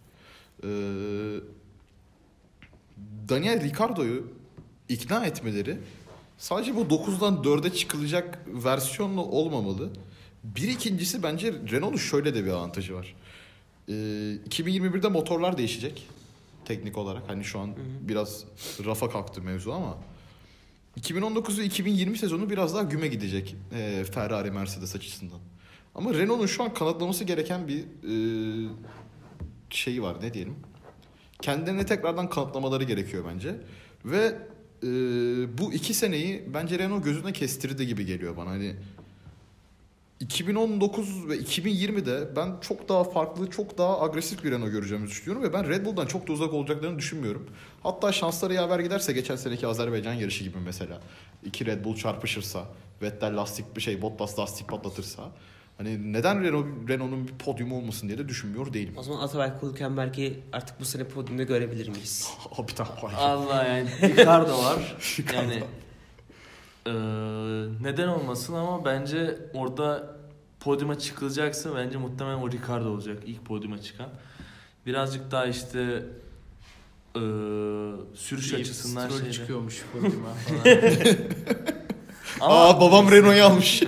Daniel Ricciardo'yu ikna etmeleri sadece bu 9'dan 4'e çıkılacak versiyonla olmamalı. Bir ikincisi bence Renault'un şöyle de bir avantajı var. 2021'de motorlar değişecek teknik olarak. Hani şu an biraz rafa kalktı mevzu ama 2019 ve 2020 sezonu biraz daha güme gidecek Ferrari Mercedes açısından. Ama Renault'un şu an kanıtlaması gereken bir şeyi var, ne diyelim. Kendilerine tekrardan kanıtlamaları gerekiyor bence. Ve bu 2 seneyi bence Renault gözüne kestirdi gibi geliyor bana. Hani 2019 ve 2020'de ben çok daha farklı, çok daha agresif bir Renault göreceğimizi düşünüyorum ve ben Red Bull'dan çok da uzak olacaklarını düşünmüyorum. Hatta şansları yaver giderse geçen seneki Azerbaycan yarışı gibi mesela. 2 Red Bull çarpışırsa, Vettel Bottas lastik patlatırsa, hani neden Renault'un bir podyumu olmasın diye de düşünmüyor değilim. O zaman Atabek Hülkenberg'i artık bu sene podyumda görebilir miyiz? Abi tamam. Allah yani Ricardo var. Yani neden olmasın ama bence orada podyuma çıkılacaksa bence muhtemelen o Ricardo olacak ilk podyuma çıkan. Birazcık daha işte sürüş açısından Stroll çıkıyormuş podyuma falan. Ama babam Renault'u almış.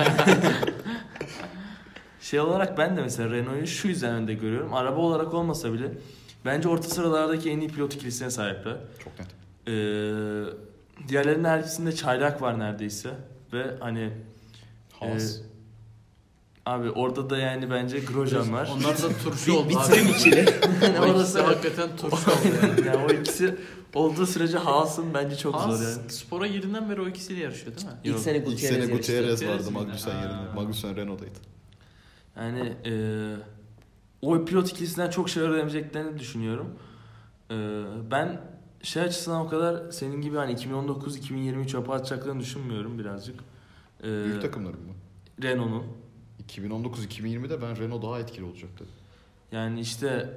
şey olarak ben de mesela Renault'u şu yüzden önde görüyorum. Araba olarak olmasa bile bence orta sıralardaki en iyi pilot ikilisine sahipler. Çok net. Diğerlerinin herkesinde çaylak var neredeyse ve hani Haas. abi orada da yani bence Grosjean var. Onlar da turşu oldu Bitirim ikili. Orası hakikaten turşu oldu yani. Yani o ikisi olduğu sürece Haas'ın bence çok Haas zor yani. spora girdiğinden beri o ikisiyle yarışıyor değil mi? İlk sene İlk sene Gutierrez vardı Gutierrez Magnussen miydi? yerine. Magnussen Renault'daydı. Yani o pilot ikilisinden çok şey öğrenemeyeceklerini düşünüyorum. Ben şey açısından o kadar senin gibi hani 2019-2020 çöpe atacaklarını düşünmüyorum birazcık. Büyük takımların mı? Renault'un. 2019-2020'de ben Renault daha etkili olacaktı. Yani işte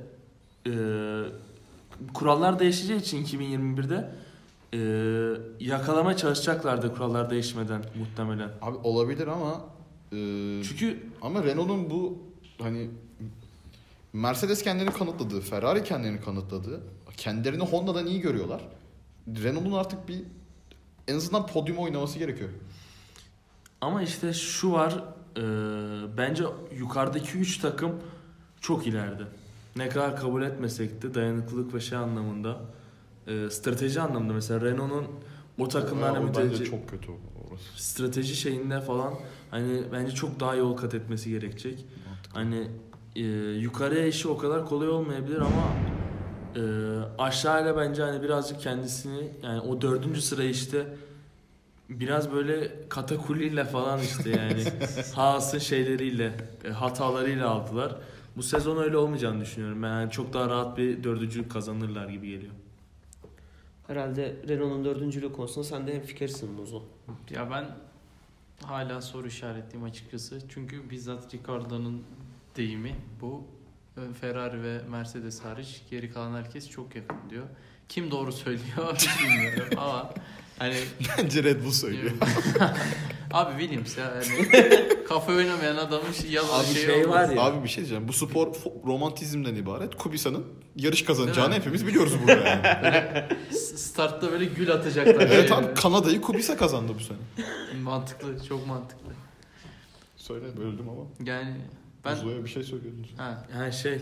kurallar değişeceği için 2021'de yakalamaya çalışacaklardı kurallar değişmeden muhtemelen. Abi olabilir ama Çünkü ama Renault'un bu hani Mercedes kendini kanıtladı, Ferrari kendini kanıtladı. Kendilerini Honda'dan iyi görüyorlar. Renault'un artık bir en azından podyuma oynaması gerekiyor. ama işte şu var bence yukarıdaki 3 takım çok ileride. Ne kadar kabul etmesek de dayanıklılık ve şey anlamında strateji anlamında mesela Renault'un o takımlarla Bence mücadele çok kötü orası. strateji şeyinde falan hani bence çok daha yol kat etmesi gerekecek. Hani yukarıya işi o kadar kolay olmayabilir ama aşağıyla bence hani birazcık kendisini yani o 4. sırayı işte biraz böyle katakulliyle falan işte yani Haas'ın şeyleriyle hatalarıyla aldılar. Bu sezon öyle olmayacağını düşünüyorum. Ben yani çok daha rahat bir 4.lük kazanırlar gibi geliyor. Herhalde Renault'un 4.lüğü konusunda sen de hemfikirsin Muzo. Ya ben hala soru işaretliyim açıkçası. Çünkü bizzat Ricardo'nun deyimi bu. Ferrari ve Mercedes hariç geri kalan herkes çok yakın diyor. Kim doğru söylüyor hiç bilmiyorum ama hani Bence Red Bull söylüyor. abi Williams ya hani kafa oynamayan adamın yazılı Abi şey şey olmaz. var ya. Abi bir şey diyeceğim. Bu spor romantizmden ibaret. Kubica'nın yarış kazanacağını Değil mi? hepimiz biliyoruz burada yani. Startta böyle gül atacaklar. Evet abi Kanada'yı Kubica kazandı bu sene. Mantıklı, çok mantıklı. Söyle böldüm ama. Yani ben Uzo'ya bir şey söylüyordunuz. Yani şey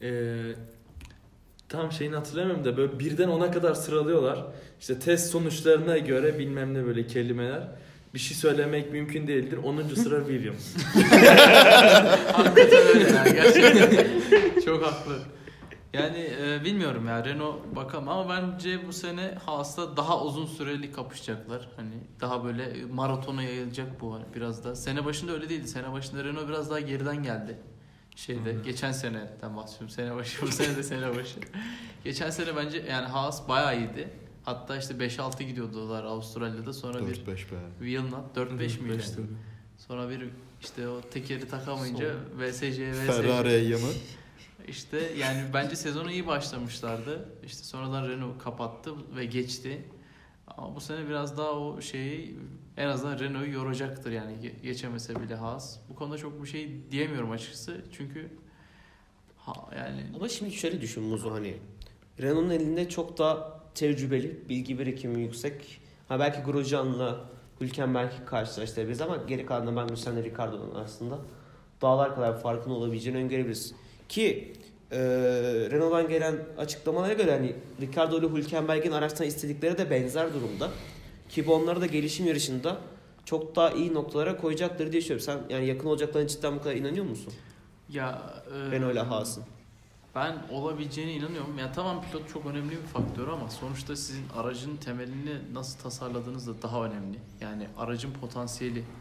tam şeyini hatırlamıyorum da böyle birden 10'a kadar sıralıyorlar. İşte test sonuçlarına göre bilmem ne böyle kelimeler. Bir şey söylemek mümkün değildir. 10. sıra Williams. hakikaten öyle ya gerçekten. Çok haklı. Yani bilmiyorum ya Renault bakalım ama bence bu sene Haas'la daha uzun süreli kapışacaklar. Hani daha böyle maratona yayılacak bu biraz da. Sene başında öyle değildi. Sene başında Renault biraz daha geriden geldi. Geçen seneden bahsediyorum. Sene başı, bu sene de sene başı. Geçen sene bence yani Haas bayağı iyiydi. Hatta işte 5-6 gidiyordular Avustralya'da. Sonra 4-5 bir be. Wilnut 4-5 miydi? tabii. Sonra bir işte o tekeri takamayınca VSC Ferrari'ye mı? İşte yani bence sezona iyi başlamışlardı. İşte sonradan Renault kapattı ve geçti. Ama bu sene biraz daha o şeyi en azından Renault'u yoracaktır yani geçemese bile Haas. Bu konuda çok bir şey diyemiyorum açıkçası. Çünkü yani Ama şimdi şöyle düşün Muzo hani Renault'un elinde çok daha tecrübeli, bilgi birikimi yüksek. Ha belki Grosjean'la Hülkenberg'i karşılaştırabiliriz ama geri kalanında Magnussen'le Ricardo'nun arasında dağlar kadar bir farkın olabileceğini öngörebiliriz. Ki Renault'dan gelen açıklamalara göre hani Ricardo ile Hülkenberg'in araçtan istedikleri de benzer durumda. Ki bu onları da gelişim yarışında çok daha iyi noktalara koyacaktır diye düşünüyorum. Sen yani yakın olacaklarına cidden bu kadar inanıyor musun? ya Renault ile Haas'ın. ben olabileceğine inanıyorum. Ya tamam pilot çok önemli bir faktör ama sonuçta sizin aracın temelini nasıl tasarladığınız da daha önemli. Yani aracın potansiyeli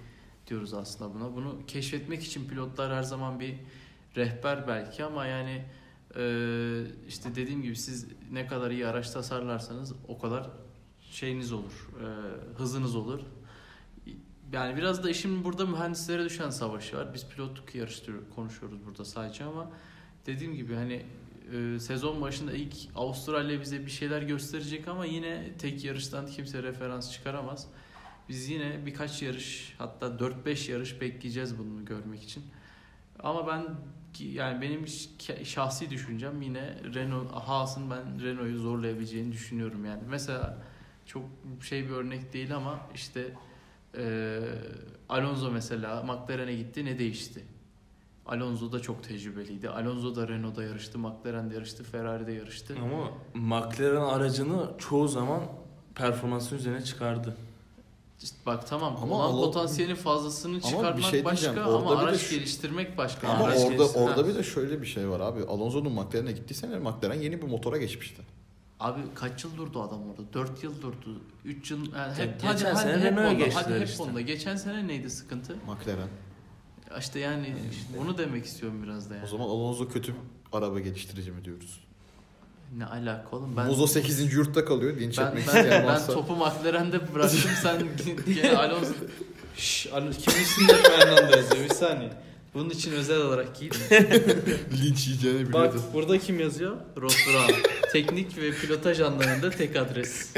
diyoruz aslında buna. Bunu keşfetmek için pilotlar her zaman bir rehber belki ama yani işte dediğim gibi siz ne kadar iyi araç tasarlarsanız o kadar şeyiniz olur, hızınız olur. Yani biraz da işin burada mühendislere düşen savaşı var. Biz pilotluk konuşuyoruz burada sadece ama dediğim gibi hani sezon başında ilk Avustralya bize bir şeyler gösterecek ama yine tek yarıştan kimse referans çıkaramaz. Biz yine birkaç yarış, hatta 4-5 yarış bekleyeceğiz bunu görmek için. Ama yani benim şahsi düşüncem yine Haas'ın ben Renault'u zorlayabileceğini düşünüyorum yani. Mesela çok bir örnek değil ama işte Alonso mesela McLaren'e gitti, ne değişti? Alonso da çok tecrübeliydi. Alonso da Renault'da yarıştı, McLaren'de yarıştı, Ferrari'de yarıştı. Ama McLaren aracını çoğu zaman performansın üzerine çıkardı. İşte bak tamam ama olan potansiyelin fazlasını çıkartmak şey başka ama araç geliştirmek başka. Ama araç orada bir de şöyle bir şey var abi. Alonso'nun McLaren'e gittiği sene McLaren yeni bir motora geçmişti. Abi kaç yıl durdu adam orada? 4 yıl durdu. 3 yıl yani hep geçen sene Renault'a geçtiler hep işte. onda. Geçen sene neydi sıkıntı? McLaren. İşte yani onu demek istiyorum biraz da yani. O zaman Alonso kötü araba geliştirici mi diyoruz? Ne alaka oğlum? Muzo 8. yurtta kalıyor. Linç etmek ben isteyen varsa. topu McLaren'de bıraktım sen gene Alonso. Kimin üstünde Fernando yazıyor? Bir saniye. Bunun için özel olarak giydim. Linç yiyeceğini Bak biliyordum. burada kim yazıyor? Ross Brown. Teknik ve pilotaj anlamında tek adres.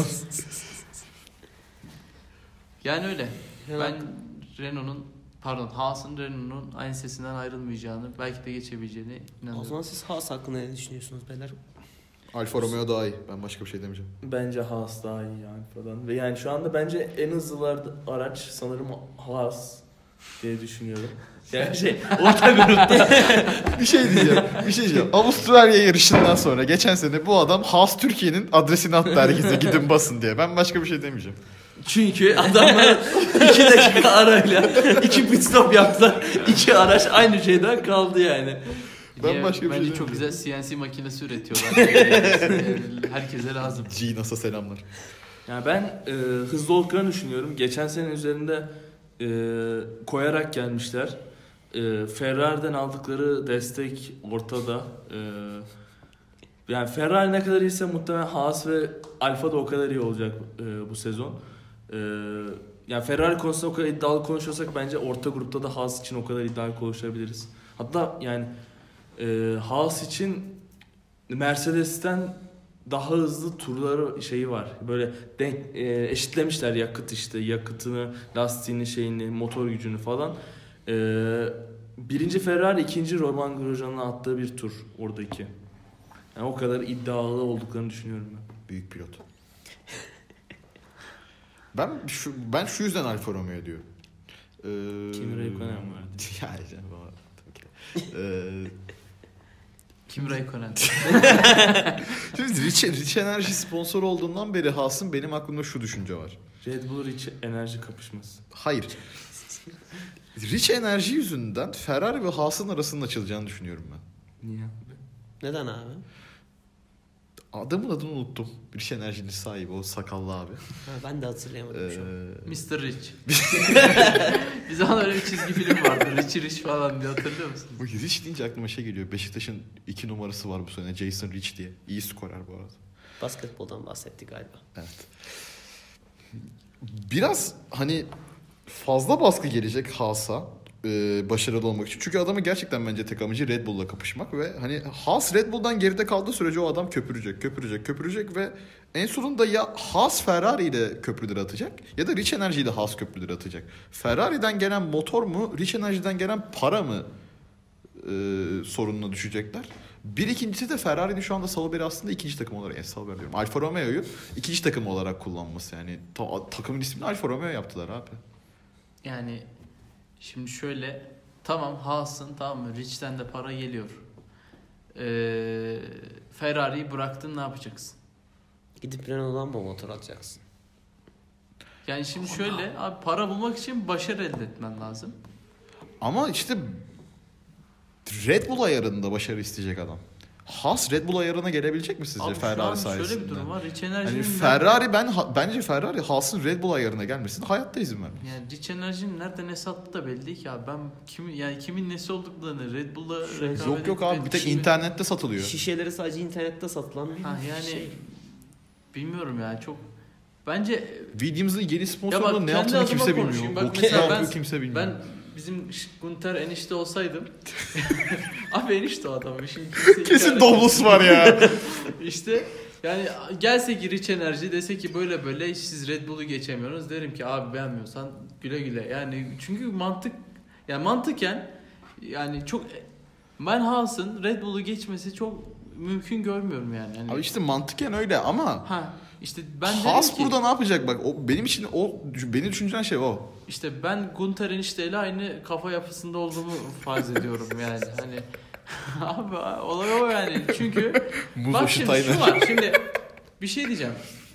Yani öyle. Ben Haas'ın Renault'un aynı sesinden ayrılmayacağını, belki de geçebileceğini inanıyorum. O zaman siz Haas hakkında ne düşünüyorsunuz beyler? Alfa Romeo daha iyi. Ben başka bir şey demeyeceğim. Bence Haas daha iyi Alfa'dan. Ve yani şu anda bence en hızlı araç sanırım Haas diye düşünüyorum. Yani orta grupta. bir şey diyeceğim. Avustralya yarışından sonra geçen sene bu adam Haas Türkiye'nin adresini attı herkese gidin basın diye. Ben başka bir şey demeyeceğim. Çünkü adamlar 2 dakika arayla 2 pit stop yaptılar. 2 araç aynı şeyden kaldı yani. Ben başka bir şey Bence çok demeyeceğim. güzel CNC makinesi üretiyorlar. Yani herkese lazım. G-NAS'a selamlar. Yani ben hızlı olduklarını düşünüyorum. Geçen sene üzerinde koyarak gelmişler. Ferrari'den aldıkları destek ortada. Yani Ferrari ne kadar iyiyse muhtemelen Haas ve Alfa da o kadar iyi olacak bu sezon. Yani Ferrari konusunda o kadar iddialı konuşuyorsak bence orta grupta da Haas için o kadar iddialı konuşabiliriz. Hatta yani Haas için Mercedes'ten daha hızlı turları şeyi var. Böyle eşitlemişler yakıtını, lastiğini, motor gücünü falan. Birinci Ferrari, ikinci Romain Grosjean'ın attığı bir tur oradaki. Yani o kadar iddialı olduklarını düşünüyorum ben. Büyük pilot. ben şu yüzden Alfa Romeo diyorum. Kimi Räikkönen vardı? Yani Kim Raikkonen? Şimdi Rich Enerji sponsor olduğundan beri Haas'ın benim aklımda şu düşünce var. Red Bull Rich enerji kapışması. Hayır. Rich Enerji yüzünden Ferrari ve Haas'ın arasının açılacağını düşünüyorum ben. Niye? Neden abi? Adamın adını unuttum. Rich Enerji'nin sahibi o sakallı abi. Ben de hatırlayamadım şu an. Mr. Rich. Bir zaman öyle bir çizgi film vardı. Rich falan diye hatırlıyor musun? Bu Rich deyince aklıma şey geliyor. Beşiktaş'ın 2 numarası var bu sene. Jason Rich diye. İyi skorer bu arada. Basketboldan bahsettik galiba. Evet. Biraz hani fazla baskı gelecek Haas'a başarılı olmak için. Çünkü adamın gerçekten bence tek amacı Red Bull'la kapışmak ve hani Haas Red Bull'dan geride kaldığı sürece o adam köpürecek ve en sonunda ya Haas Ferrari ile köprüleri atacak ya da Rich Energy ile Haas köprüleri atacak. Ferrari'den gelen motor mu, Rich Energy'den gelen para mı sorununa düşecekler. Bir ikincisi de Ferrari'nin şu anda Sauber'i aslında ikinci takım olarak, Sauber diyorum, Alfa Romeo'yu ikinci takım olarak kullanması. Yani takımın ismini Alfa Romeo yaptılar abi. Yani şimdi şöyle, tamam Haas'ın, tamam mı, Rich'ten de para geliyor. Ferrari'yi bıraktın, ne yapacaksın? Gidip Renault'dan mı motor alacaksın? Yani şimdi şöyle abi, para bulmak için başarı elde etmen lazım. Ama işte Red Bull ayarında başarı isteyecek adam. Haas Red Bull ayarına gelebilecek mi sizce Abi şu Ferrari an sayesinde? şöyle bir durum var. Rich Energy'nin Hani Ferrari bence Ferrari Haas'ın Red Bull ayarına gelmesine hayatta izin vermez. yani Rich Energy'nin nerede ne sattı da belli değil ki abi. Ben kimin nesi olduklarını Red Bull'la rekabet Yok abi bir tek internette satılıyor. Şişeleri sadece internette satılan bir yani şey. bilmiyorum ya çok bence Williams'ın yeni Ya bak, sponsorluğu ne kendi yaptığını adıma kimse konuşayım. bilmiyor. Bak O mesela ne ben- yapıyor kimse bilmiyor. ben bizim Gunter enişte olsaydım abi enişte o adam şimdi kimse Kesin inkar Douglas var ya. İşte yani gelse ki Rich Energy dese ki böyle böyle siz Red Bull'u geçemiyorsunuz derim ki abi beğenmiyorsan güle güle yani çünkü mantıken yani çok ben Haas'ın Red Bull'u geçmesi çok mümkün görmüyorum yani. Abi işte mantıken öyle ama işte ben Haas derim ki burada ne yapacak bak o benim için beni düşündüren şey o. işte ben Gunter enişteyle aynı kafa yapısında olduğumu farz ediyorum yani hani abi olay o yani çünkü bak şimdi şu var şimdi bir şey diyeceğim.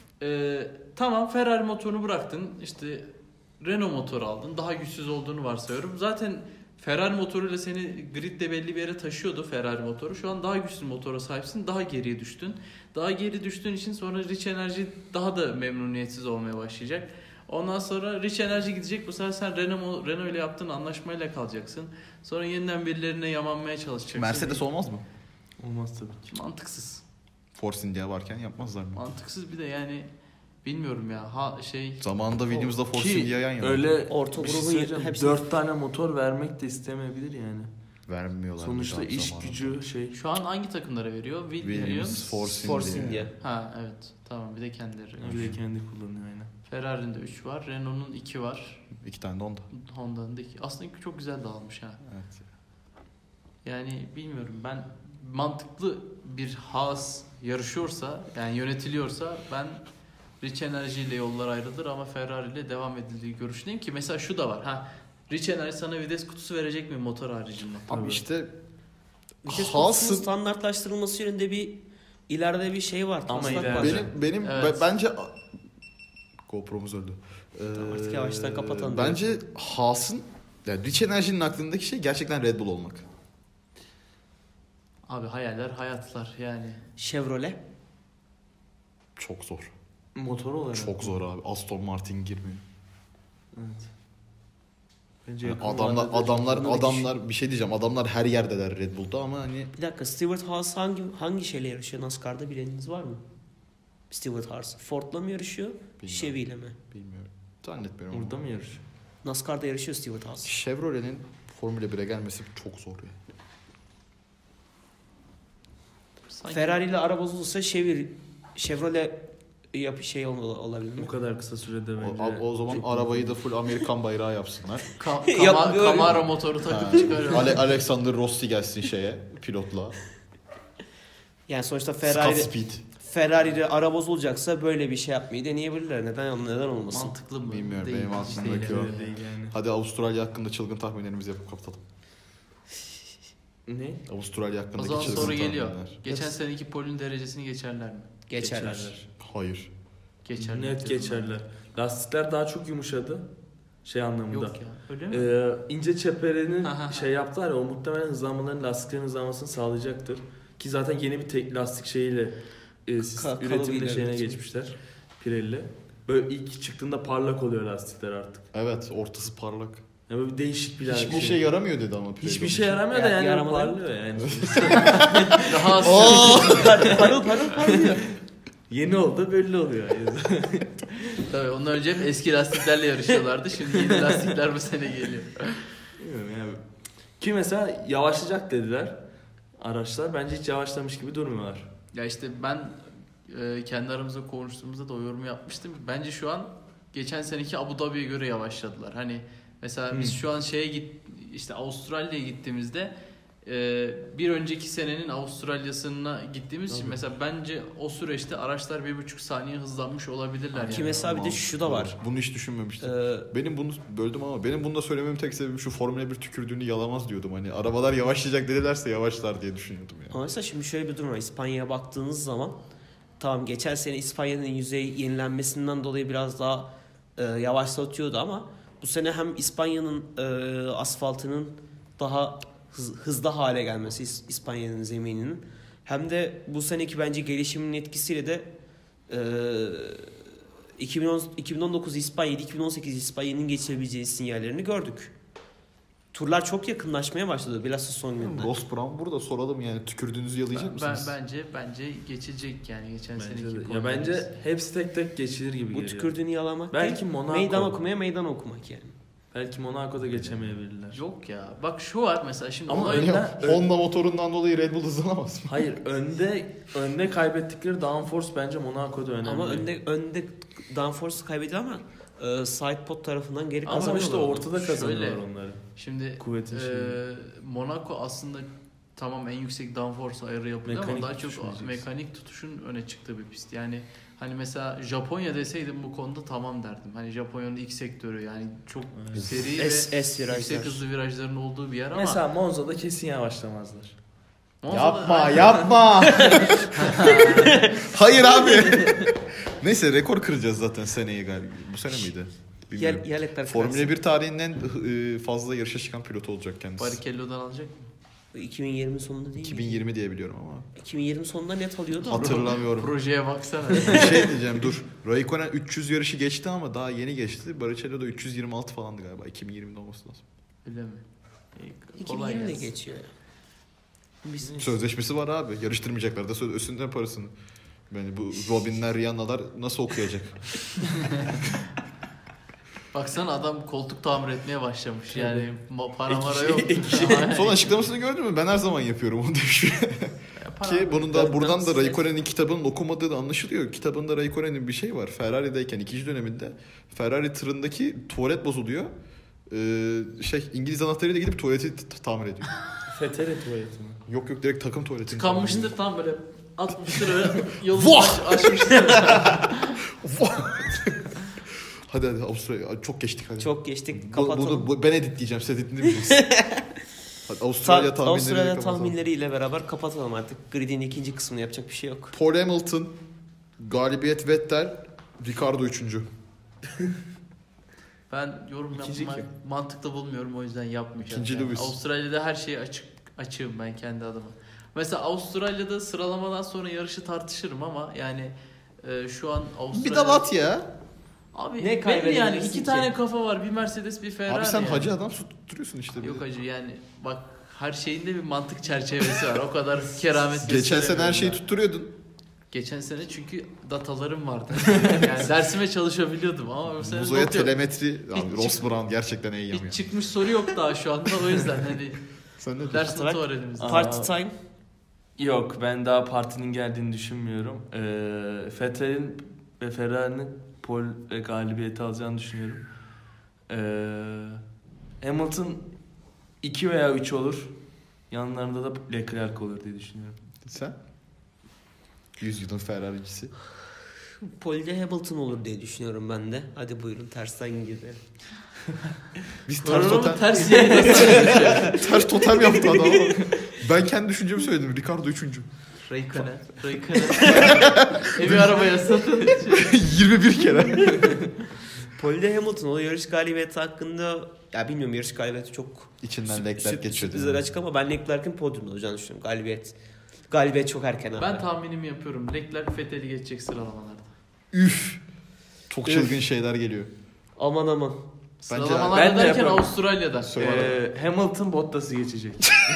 Tamam Ferrari motorunu bıraktın işte Renault motoru aldın daha güçsüz olduğunu varsayıyorum zaten Ferrari motoruyla seni gridde belli bir yere taşıyordu Ferrari motoru. Şu an daha güçlü motora sahipsin. Daha geriye düştün. Daha geri düştüğün için sonra Rich Energy daha da memnuniyetsiz olmaya başlayacak. Ondan sonra Rich Energy gidecek. Bu sefer sen Renault ile yaptığın anlaşmayla kalacaksın. Sonra yeniden birilerine yamanmaya çalışacaksın. Mercedes olmaz mı? Olmaz tabii ki. Mantıksız. Force India varken yapmazlar mı? Mantıksız bir de yani bilmiyorum ya. Zamanında Williams'da Force Ki India yan yana. öyle Orta bir şey grubun söyleyeceğim. hepsi- 4 tane motor vermek de istemeyebilir yani. Vermiyorlar. Sonuçta bir daha iş zamanında. gücü şey. Şu an hangi takımlara veriyor? Williams, Force Force India. India. Ha evet. Tamam bir de kendileri. Bir de kendi kullanıyor aynen. Ferrari'nin de 3 var. Renault'un 2 var. 2 tane de onda. Honda'nın da 2. Aslında çok güzel dağılmış ha. Evet. Yani bilmiyorum ben mantıklı bir Haas yarışıyorsa yani yönetiliyorsa ben Rich Energy ile yollar ayrılır ama Ferrari ile devam edildiği görüşündeyim ki mesela şu da var. Rich Energy sana vites kutusu verecek mi motor haricinde? Abi Tabii. işte Vites kutusunun Haas'ın standartlaştırılması yönünde bir ileride bir şey var. Ama taslak ileride. var. benim Evet. bence GoPro'muz öldü. Artık yavaştan kapatalım. Bence Haas'ın yani Rich Energy'nin aklındaki şey gerçekten Red Bull olmak. Abi hayaller hayatlar yani. Chevrolet. Çok zor. Motor olarak. Çok zor abi. Aston Martin girmiyor. Evet. Bence Yani yakın vadede adamlar bir şey diyeceğim. Adamlar her yerdeler Red Bull'da ama hani Bir dakika, Stewart Haas hangi şeyle yarışıyor NASCAR'da, bileniniz var mı? Stewart Haas Ford'la mı yarışıyor? Bilmiyorum. Chevy ile mi? bilmiyorum. Zannetmiyorum. Burada mı yarışıyor? NASCAR'da yarışıyor Stewart Haas. Chevrolet'in Formula 1'e gelmesi çok zor yani. Sanki Ferrari ile ara bozulursa Chevrolet olabilir mi? Bu kadar kısa sürede bence. O zaman arabayı da full Amerikan bayrağı yapsınlar. Camaro motoru takıp çıkarıyor. Alexander Rossi gelsin pilotla. Yani sonuçta Scott Speed. Ferrari'de ara bozulacaksa böyle bir şey yapmayı deneyebilirler. Neden olmasın? Mantıklı mı? Bilmiyorum, Değil, benim hiç aklımdaki değil. o. Öyle değil yani. Hadi Avustralya hakkında çılgın tahminlerimizi yapıp kapatalım. Ne? Avustralya O hakkındaki zaman çılgın soru geliyor. tahminler. Geçen seneki polün derecesini geçerler mi? Geçerler. Hayır. Geçerler. Net diyorum geçerler. Lastikler daha çok yumuşadı. Şey ben. anlamında. Yok ya. Öyle mi? İnce çeperenin Aha. şey yaptılar ya, o muhtemelen hızlanmaların, lastiklerin hızlanmasını sağlayacaktır. Ki zaten yeni bir tek lastik şeyiyle üretimle kalıbıyla şeyine üretim. geçmişler. Pirelli. Böyle ilk çıktığında parlak oluyor lastikler artık. Evet, ortası parlak. Yani böyle bir değişik bir lastik. Hiçbir şey yaramıyor dedi ama Pirelli. Hiçbir şey yaramıyor da yani Yaramadı. parlıyor yani. Daha az Parıl parlıyor. Yeni oldu belli oluyor. Yani. Tabii ondan önce hep eski lastiklerle yarışıyorlardı. Şimdi yeni lastikler bu sene geliyor. Bilmiyorum yani. Ki mesela yavaşlayacak dediler araçlar. Bence hiç yavaşlamış gibi durmuyorlar. Ya işte ben kendi aramızda konuştuğumuzda da o yorumu yapmıştım. Bence şu an geçen seneki Abu Dhabi'ye göre yavaşladılar. Hani mesela biz şu an işte Avustralya'ya gittiğimizde bir önceki senenin Avustralya'sına gittiğimiz için Tabii. mesela bence o süreçte araçlar 1,5 saniye hızlanmış olabilirler. Ki yani. mesela bir de şu da var. Bunu hiç düşünmemiştim. Ee, Benim bunu böldüm ama benim bunu da söylememin tek sebebi şu Formula 1 tükürdüğünü yalamaz diyordum. Hani arabalar yavaşlayacak dedilerse yavaşlar diye düşünüyordum ya. Ama mesela şimdi şöyle bir durum var. İspanya'ya baktığınız zaman tamam, geçen sene İspanya'nın yüzey yenilenmesinden dolayı biraz daha yavaşlatıyordu ama bu sene hem İspanya'nın asfaltının daha hızlı hale gelmesi, İspanya'nın zemininin, hem de bu seneki bence gelişiminin etkisiyle de 2019 İspanya 2018 İspanya'nın geçirebileceği sinyallerini gördük. Turlar çok yakınlaşmaya başladı bilhassa son günde. Ross Brown burada soralım yani tükürdüğünüzü yalayacak mısınız? Bence geçecek yani geçen Bence seneki. de. Ya bence hepsi tek tek geçilir gibi Bu geliyor. tükürdüğünü yalamak Belki değil, Monaco. meydan okumaya meydan okumak yani. Belki Monaco'da geçemeyebilirler. Yok ya. Bak şu var mesela şimdi Ama ona öyle- Honda motorundan dolayı Red Bull hızlanamaz mı? Hayır, önde kaybettikleri downforce bence Monaco'da önemli. Ama önde downforce kaybediyor ama side pod tarafından geri Ama kazanıyorlar. işte ortada kazanıyorlar Şöyle. onları. Şimdi Kuvvetin şeyi. Monaco aslında tamam en yüksek downforce ayarı yapıldı ama Mekanik daha çok tutuşmayacaksın. mekanik tutuşun öne çıktığı bir pist. Yani hani mesela Japonya deseydim bu konuda tamam derdim. Hani Japonya'nın ilk sektörü yani çok Evet. seri ve S virajlar. yüksek hızlı virajların olduğu bir yer ama Mesela Monza'da kesin yavaşlamazlar. Monza'da- Yapma. Hayır abi. Neyse rekor kıracağız zaten seneye galiba. Bu sene miydi? Bilmiyorum. Yaletler Formula 1 tarihinden fazla yarışa çıkan pilot olacak kendisi. Barrichello'dan alacak mı? 2020 sonunda değil mi? 2020 diye biliyorum ama. 2020 sonunda net alıyordu. Hatırlamıyorum. Projeye baksana. Bir şey diyeceğim dur. Raikkonen 300 yarışı geçti ama daha yeni geçti. Barrichello da 326 falandı galiba. 2020'de olması lazım. Öyle mi? İyi, kolay 2020'de gelsin. geçiyor. Biz Sözleşmesi var abi. Yarıştırmayacaklar da üstünden parasını. Yani bu Robin'ler, Rihanna'lar nasıl okuyacak? Baksana adam koltuk tamir etmeye başlamış yani para Ek mara işi- yok. ek işi. Aynen. Son açıklamasını gördün mü? Ben her zaman yapıyorum onu demiş. Ki bunun da buradan da Raikkonen'in kitabının okumadığı da anlaşılıyor. Kitabında Raikkonen'in bir şey var. Ferrari'deyken ikinci döneminde Ferrari tırındaki tuvalet bozuluyor. İngiliz anahtarıyla gidip tuvaleti tamir ediyor. Fetele tuvaleti mi? Yok direkt takım tuvaleti. Tıkanmıştır tam böyle atmıştır öyle yolunu Vah! açmıştır. hadi Avustralya çok geçtik hadi. çok geçtik. Kapatalım. Ben editleyeceğim siz editlemeyeceksiniz. Hadi Avustralya tahminleri Avustralya kapatalım. tahminleriyle beraber kapatalım artık. Grid'in ikinci kısmını yapacak bir şey yok. Paul Hamilton, galibiyet Vettel, Ricardo 3. Ben yorum İkinci yapmak kim? mantıklı bulmuyorum o yüzden yapmayacağım. İkinci Yani Lewis. Avustralya'da her şeye açığım ben kendi adıma. Mesela Avustralya'da sıralamadan sonra yarışı tartışırım ama yani şu an Avustralya... Bir de lat ya. Abi Ne belli kaybedebilirsin yani iki ki? tane kafa var bir Mercedes bir Ferrari Abi sen yani. hacı adam tutturuyorsun işte. Yok hacı yani bak her şeyin de bir mantık çerçevesi var. O kadar keramet Geçen sene her gösteremiyorum şeyi ben. tutturuyordun. Geçen sene çünkü datalarım vardı. Yani dersime çalışabiliyordum ama mesela Muzo'ya not yok. telemetri. Abi Hiç Ross Brown gerçekten iyi Hiç yamıyor. çıkmış soru yok daha şu anda o yüzden hani Sen ne diyorsun? ders Atarak- notu var elimizde. Aa. Party time. Yok, ben daha partinin geldiğini düşünmüyorum. Vettel'in ve Ferrari'nin pole galibiyeti alacağını düşünüyorum. Hamilton 2 veya 3 olur. Yanlarında da Leclerc olur diye düşünüyorum. Sen? 100 yılın Ferrari'cisi. Polde Hamilton olur diye düşünüyorum ben de. Hadi buyurun tersten gidelim. Biz ters Programın totem, ters yerinde ters totem yaptı adam. Ben kendi düşüncemi söyledim. Ricardo 3. Raikkonen. Evi arabaya satın. 21 kere. Polde Hamilton o yarış galibiyeti hakkında ya bilmiyorum yarış galibiyeti çok İçinden Leclerc geçiyor. sürprizler açık ama ben Leclerc'in podyumda olacağını düşünüyorum. Galibiyet çok erken abi. Ben tahminimi yapıyorum. Leclerc Vettel'i geçecek sıralamalarda. Üf. Çok çılgın şeyler geliyor. Aman aman. Sıralamalarda Ben de derken yaparım. Avustralya'da. Hamilton Bottas'ı geçecek.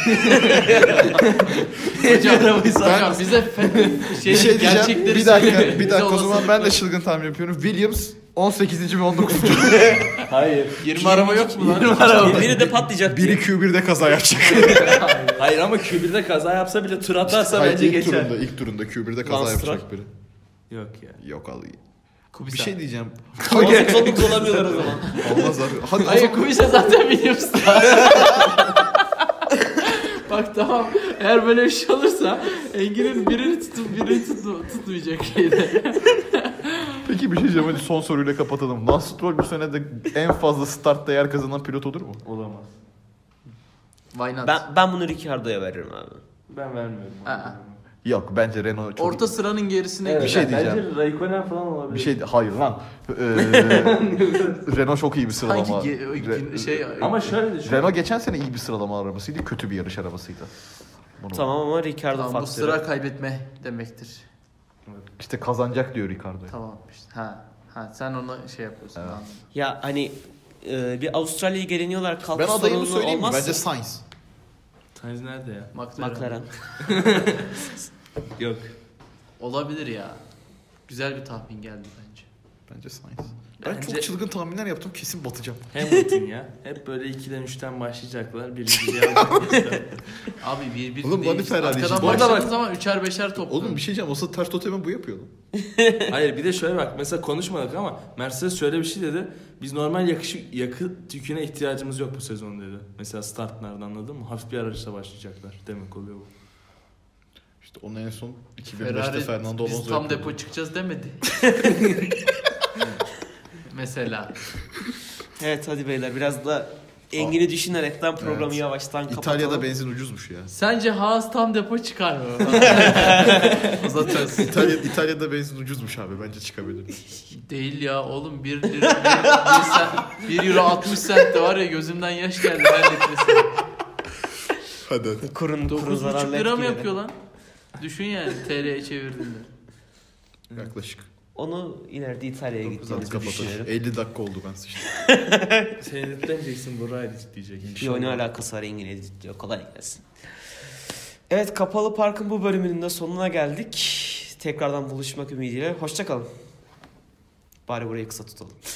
Hocam bize Bir şey diyeceğim. gerçekleri Bir dakika, söylemeyin. bir Bize dakika o zaman ben de olasılıklar- çılgın tahmin yapıyorum. Williams 18. ve 19. Hayır. 20 araba yok mu lan? 20 araba. Biri de patlayacak. Biri Q1'de kaza yapacak. Hayır ama Q1'de kaza yapsa bile tur atarsa Hayır, bence ilk geçer. turunda Q1'de kaza Lance yapacak Stroll. biri. Yok ya. Yok al. Kubica. Bir şey diyeceğim. 19 olamıyorlar o zaman. Olmaz abi. Hadi o Hayır zaman Kubica zaten biliyorsun. Bak tamam eğer böyle bir şey olursa Engin'in birini tutup birini tutmayacak şeyde. Peki bir şey diyeceğim. Hadi son soruyla kapatalım. Lance Stroll bu sene de en fazla startta yer kazanan pilot olur mu? Olamaz. Why not? Ben bunu Ricardo'ya veririm abi. Ben vermiyorum. Aa. Yok bence Renault çok Orta sıranın gerisine Evet, Bir şey gider. diyeceğim. Bence Raikkonen falan olabilir. bir şey hayır lan. Renault çok iyi bir sıralama. Sanki şey Ama şöyle düşün. Renault geçen sene iyi bir sıralama arabasıydı, kötü bir yarış arabasıydı. Tamam ama Ricardo Tamam, bu faktörü. sıra kaybetme demektir. İşte kazanacak diyor Ricardo. Tamam işte. Ha sen ona şey yapıyorsun. Evet. Anladım. Ya hani bir Avustralya'ya geliniyorlar. Ben Kalkış adayımı sorunu söyleyeyim mi? olmazsa. Bence Sainz. Sainz nerede ya? McLaren. Yok. Olabilir ya. Güzel bir tahmin geldi bence. Bence Sainz. Ben Bence- çok çılgın tahminler yaptım, kesin batacağım. Hamilton ya. Hep böyle 2'den 3'ten başlayacaklar. Birinciyi alacaklar. Abi bir Oğlum, değil. hadi Ferrari'ci. Arkadan Bu arada başladığın bak- zaman 3'er 5'er top. Oğlum bir şey diyeceğim, olsa ters totemi bu yapıyor lan. Hayır bir de şöyle bak. Mesela konuşmadık ama Mercedes şöyle bir şey dedi. Biz normal yakıt yüküne ihtiyacımız yok bu sezon dedi. Mesela startlarda, anladın mı? Hafif bir araçla başlayacaklar. Demek oluyor bu. İşte onu en son 2005'te Ferrari Fernando biz Alonso tam yapıyordu. depo çıkacağız demedi. Mesela. Evet hadi beyler biraz da Engin'i düşünerekten programı Evet. yavaştan kapatalım. İtalya'da benzin ucuzmuş ya. Sence Haas tam depo çıkar mı? Uzatacağız. İtalya'da benzin ucuzmuş abi, bence çıkabilir. Değil ya oğlum 1 lira 1 euro 60 cent de var ya, gözümden yaş geldi her litresine. Hadi. Kurun 9,5 zararlı lira mı etkiledi. yapıyor lan? Düşün yani TL'ye çevirdiğinde. Yaklaşık. Onu ileride İtalya'ya Hadi gittiğimizde kapatalım. düşünelim. 50 dakika oldu, ben sıçtım. Senin editlemeyeceksin, Burak editleyecek. Yo ne alakası var, Engin editliyor. Kolay gelsin. Evet, Kapalı Park'ın bu bölümünün de sonuna geldik. Tekrardan buluşmak ümidiyle. Hoşça kalın. Bari burayı kısa tutalım.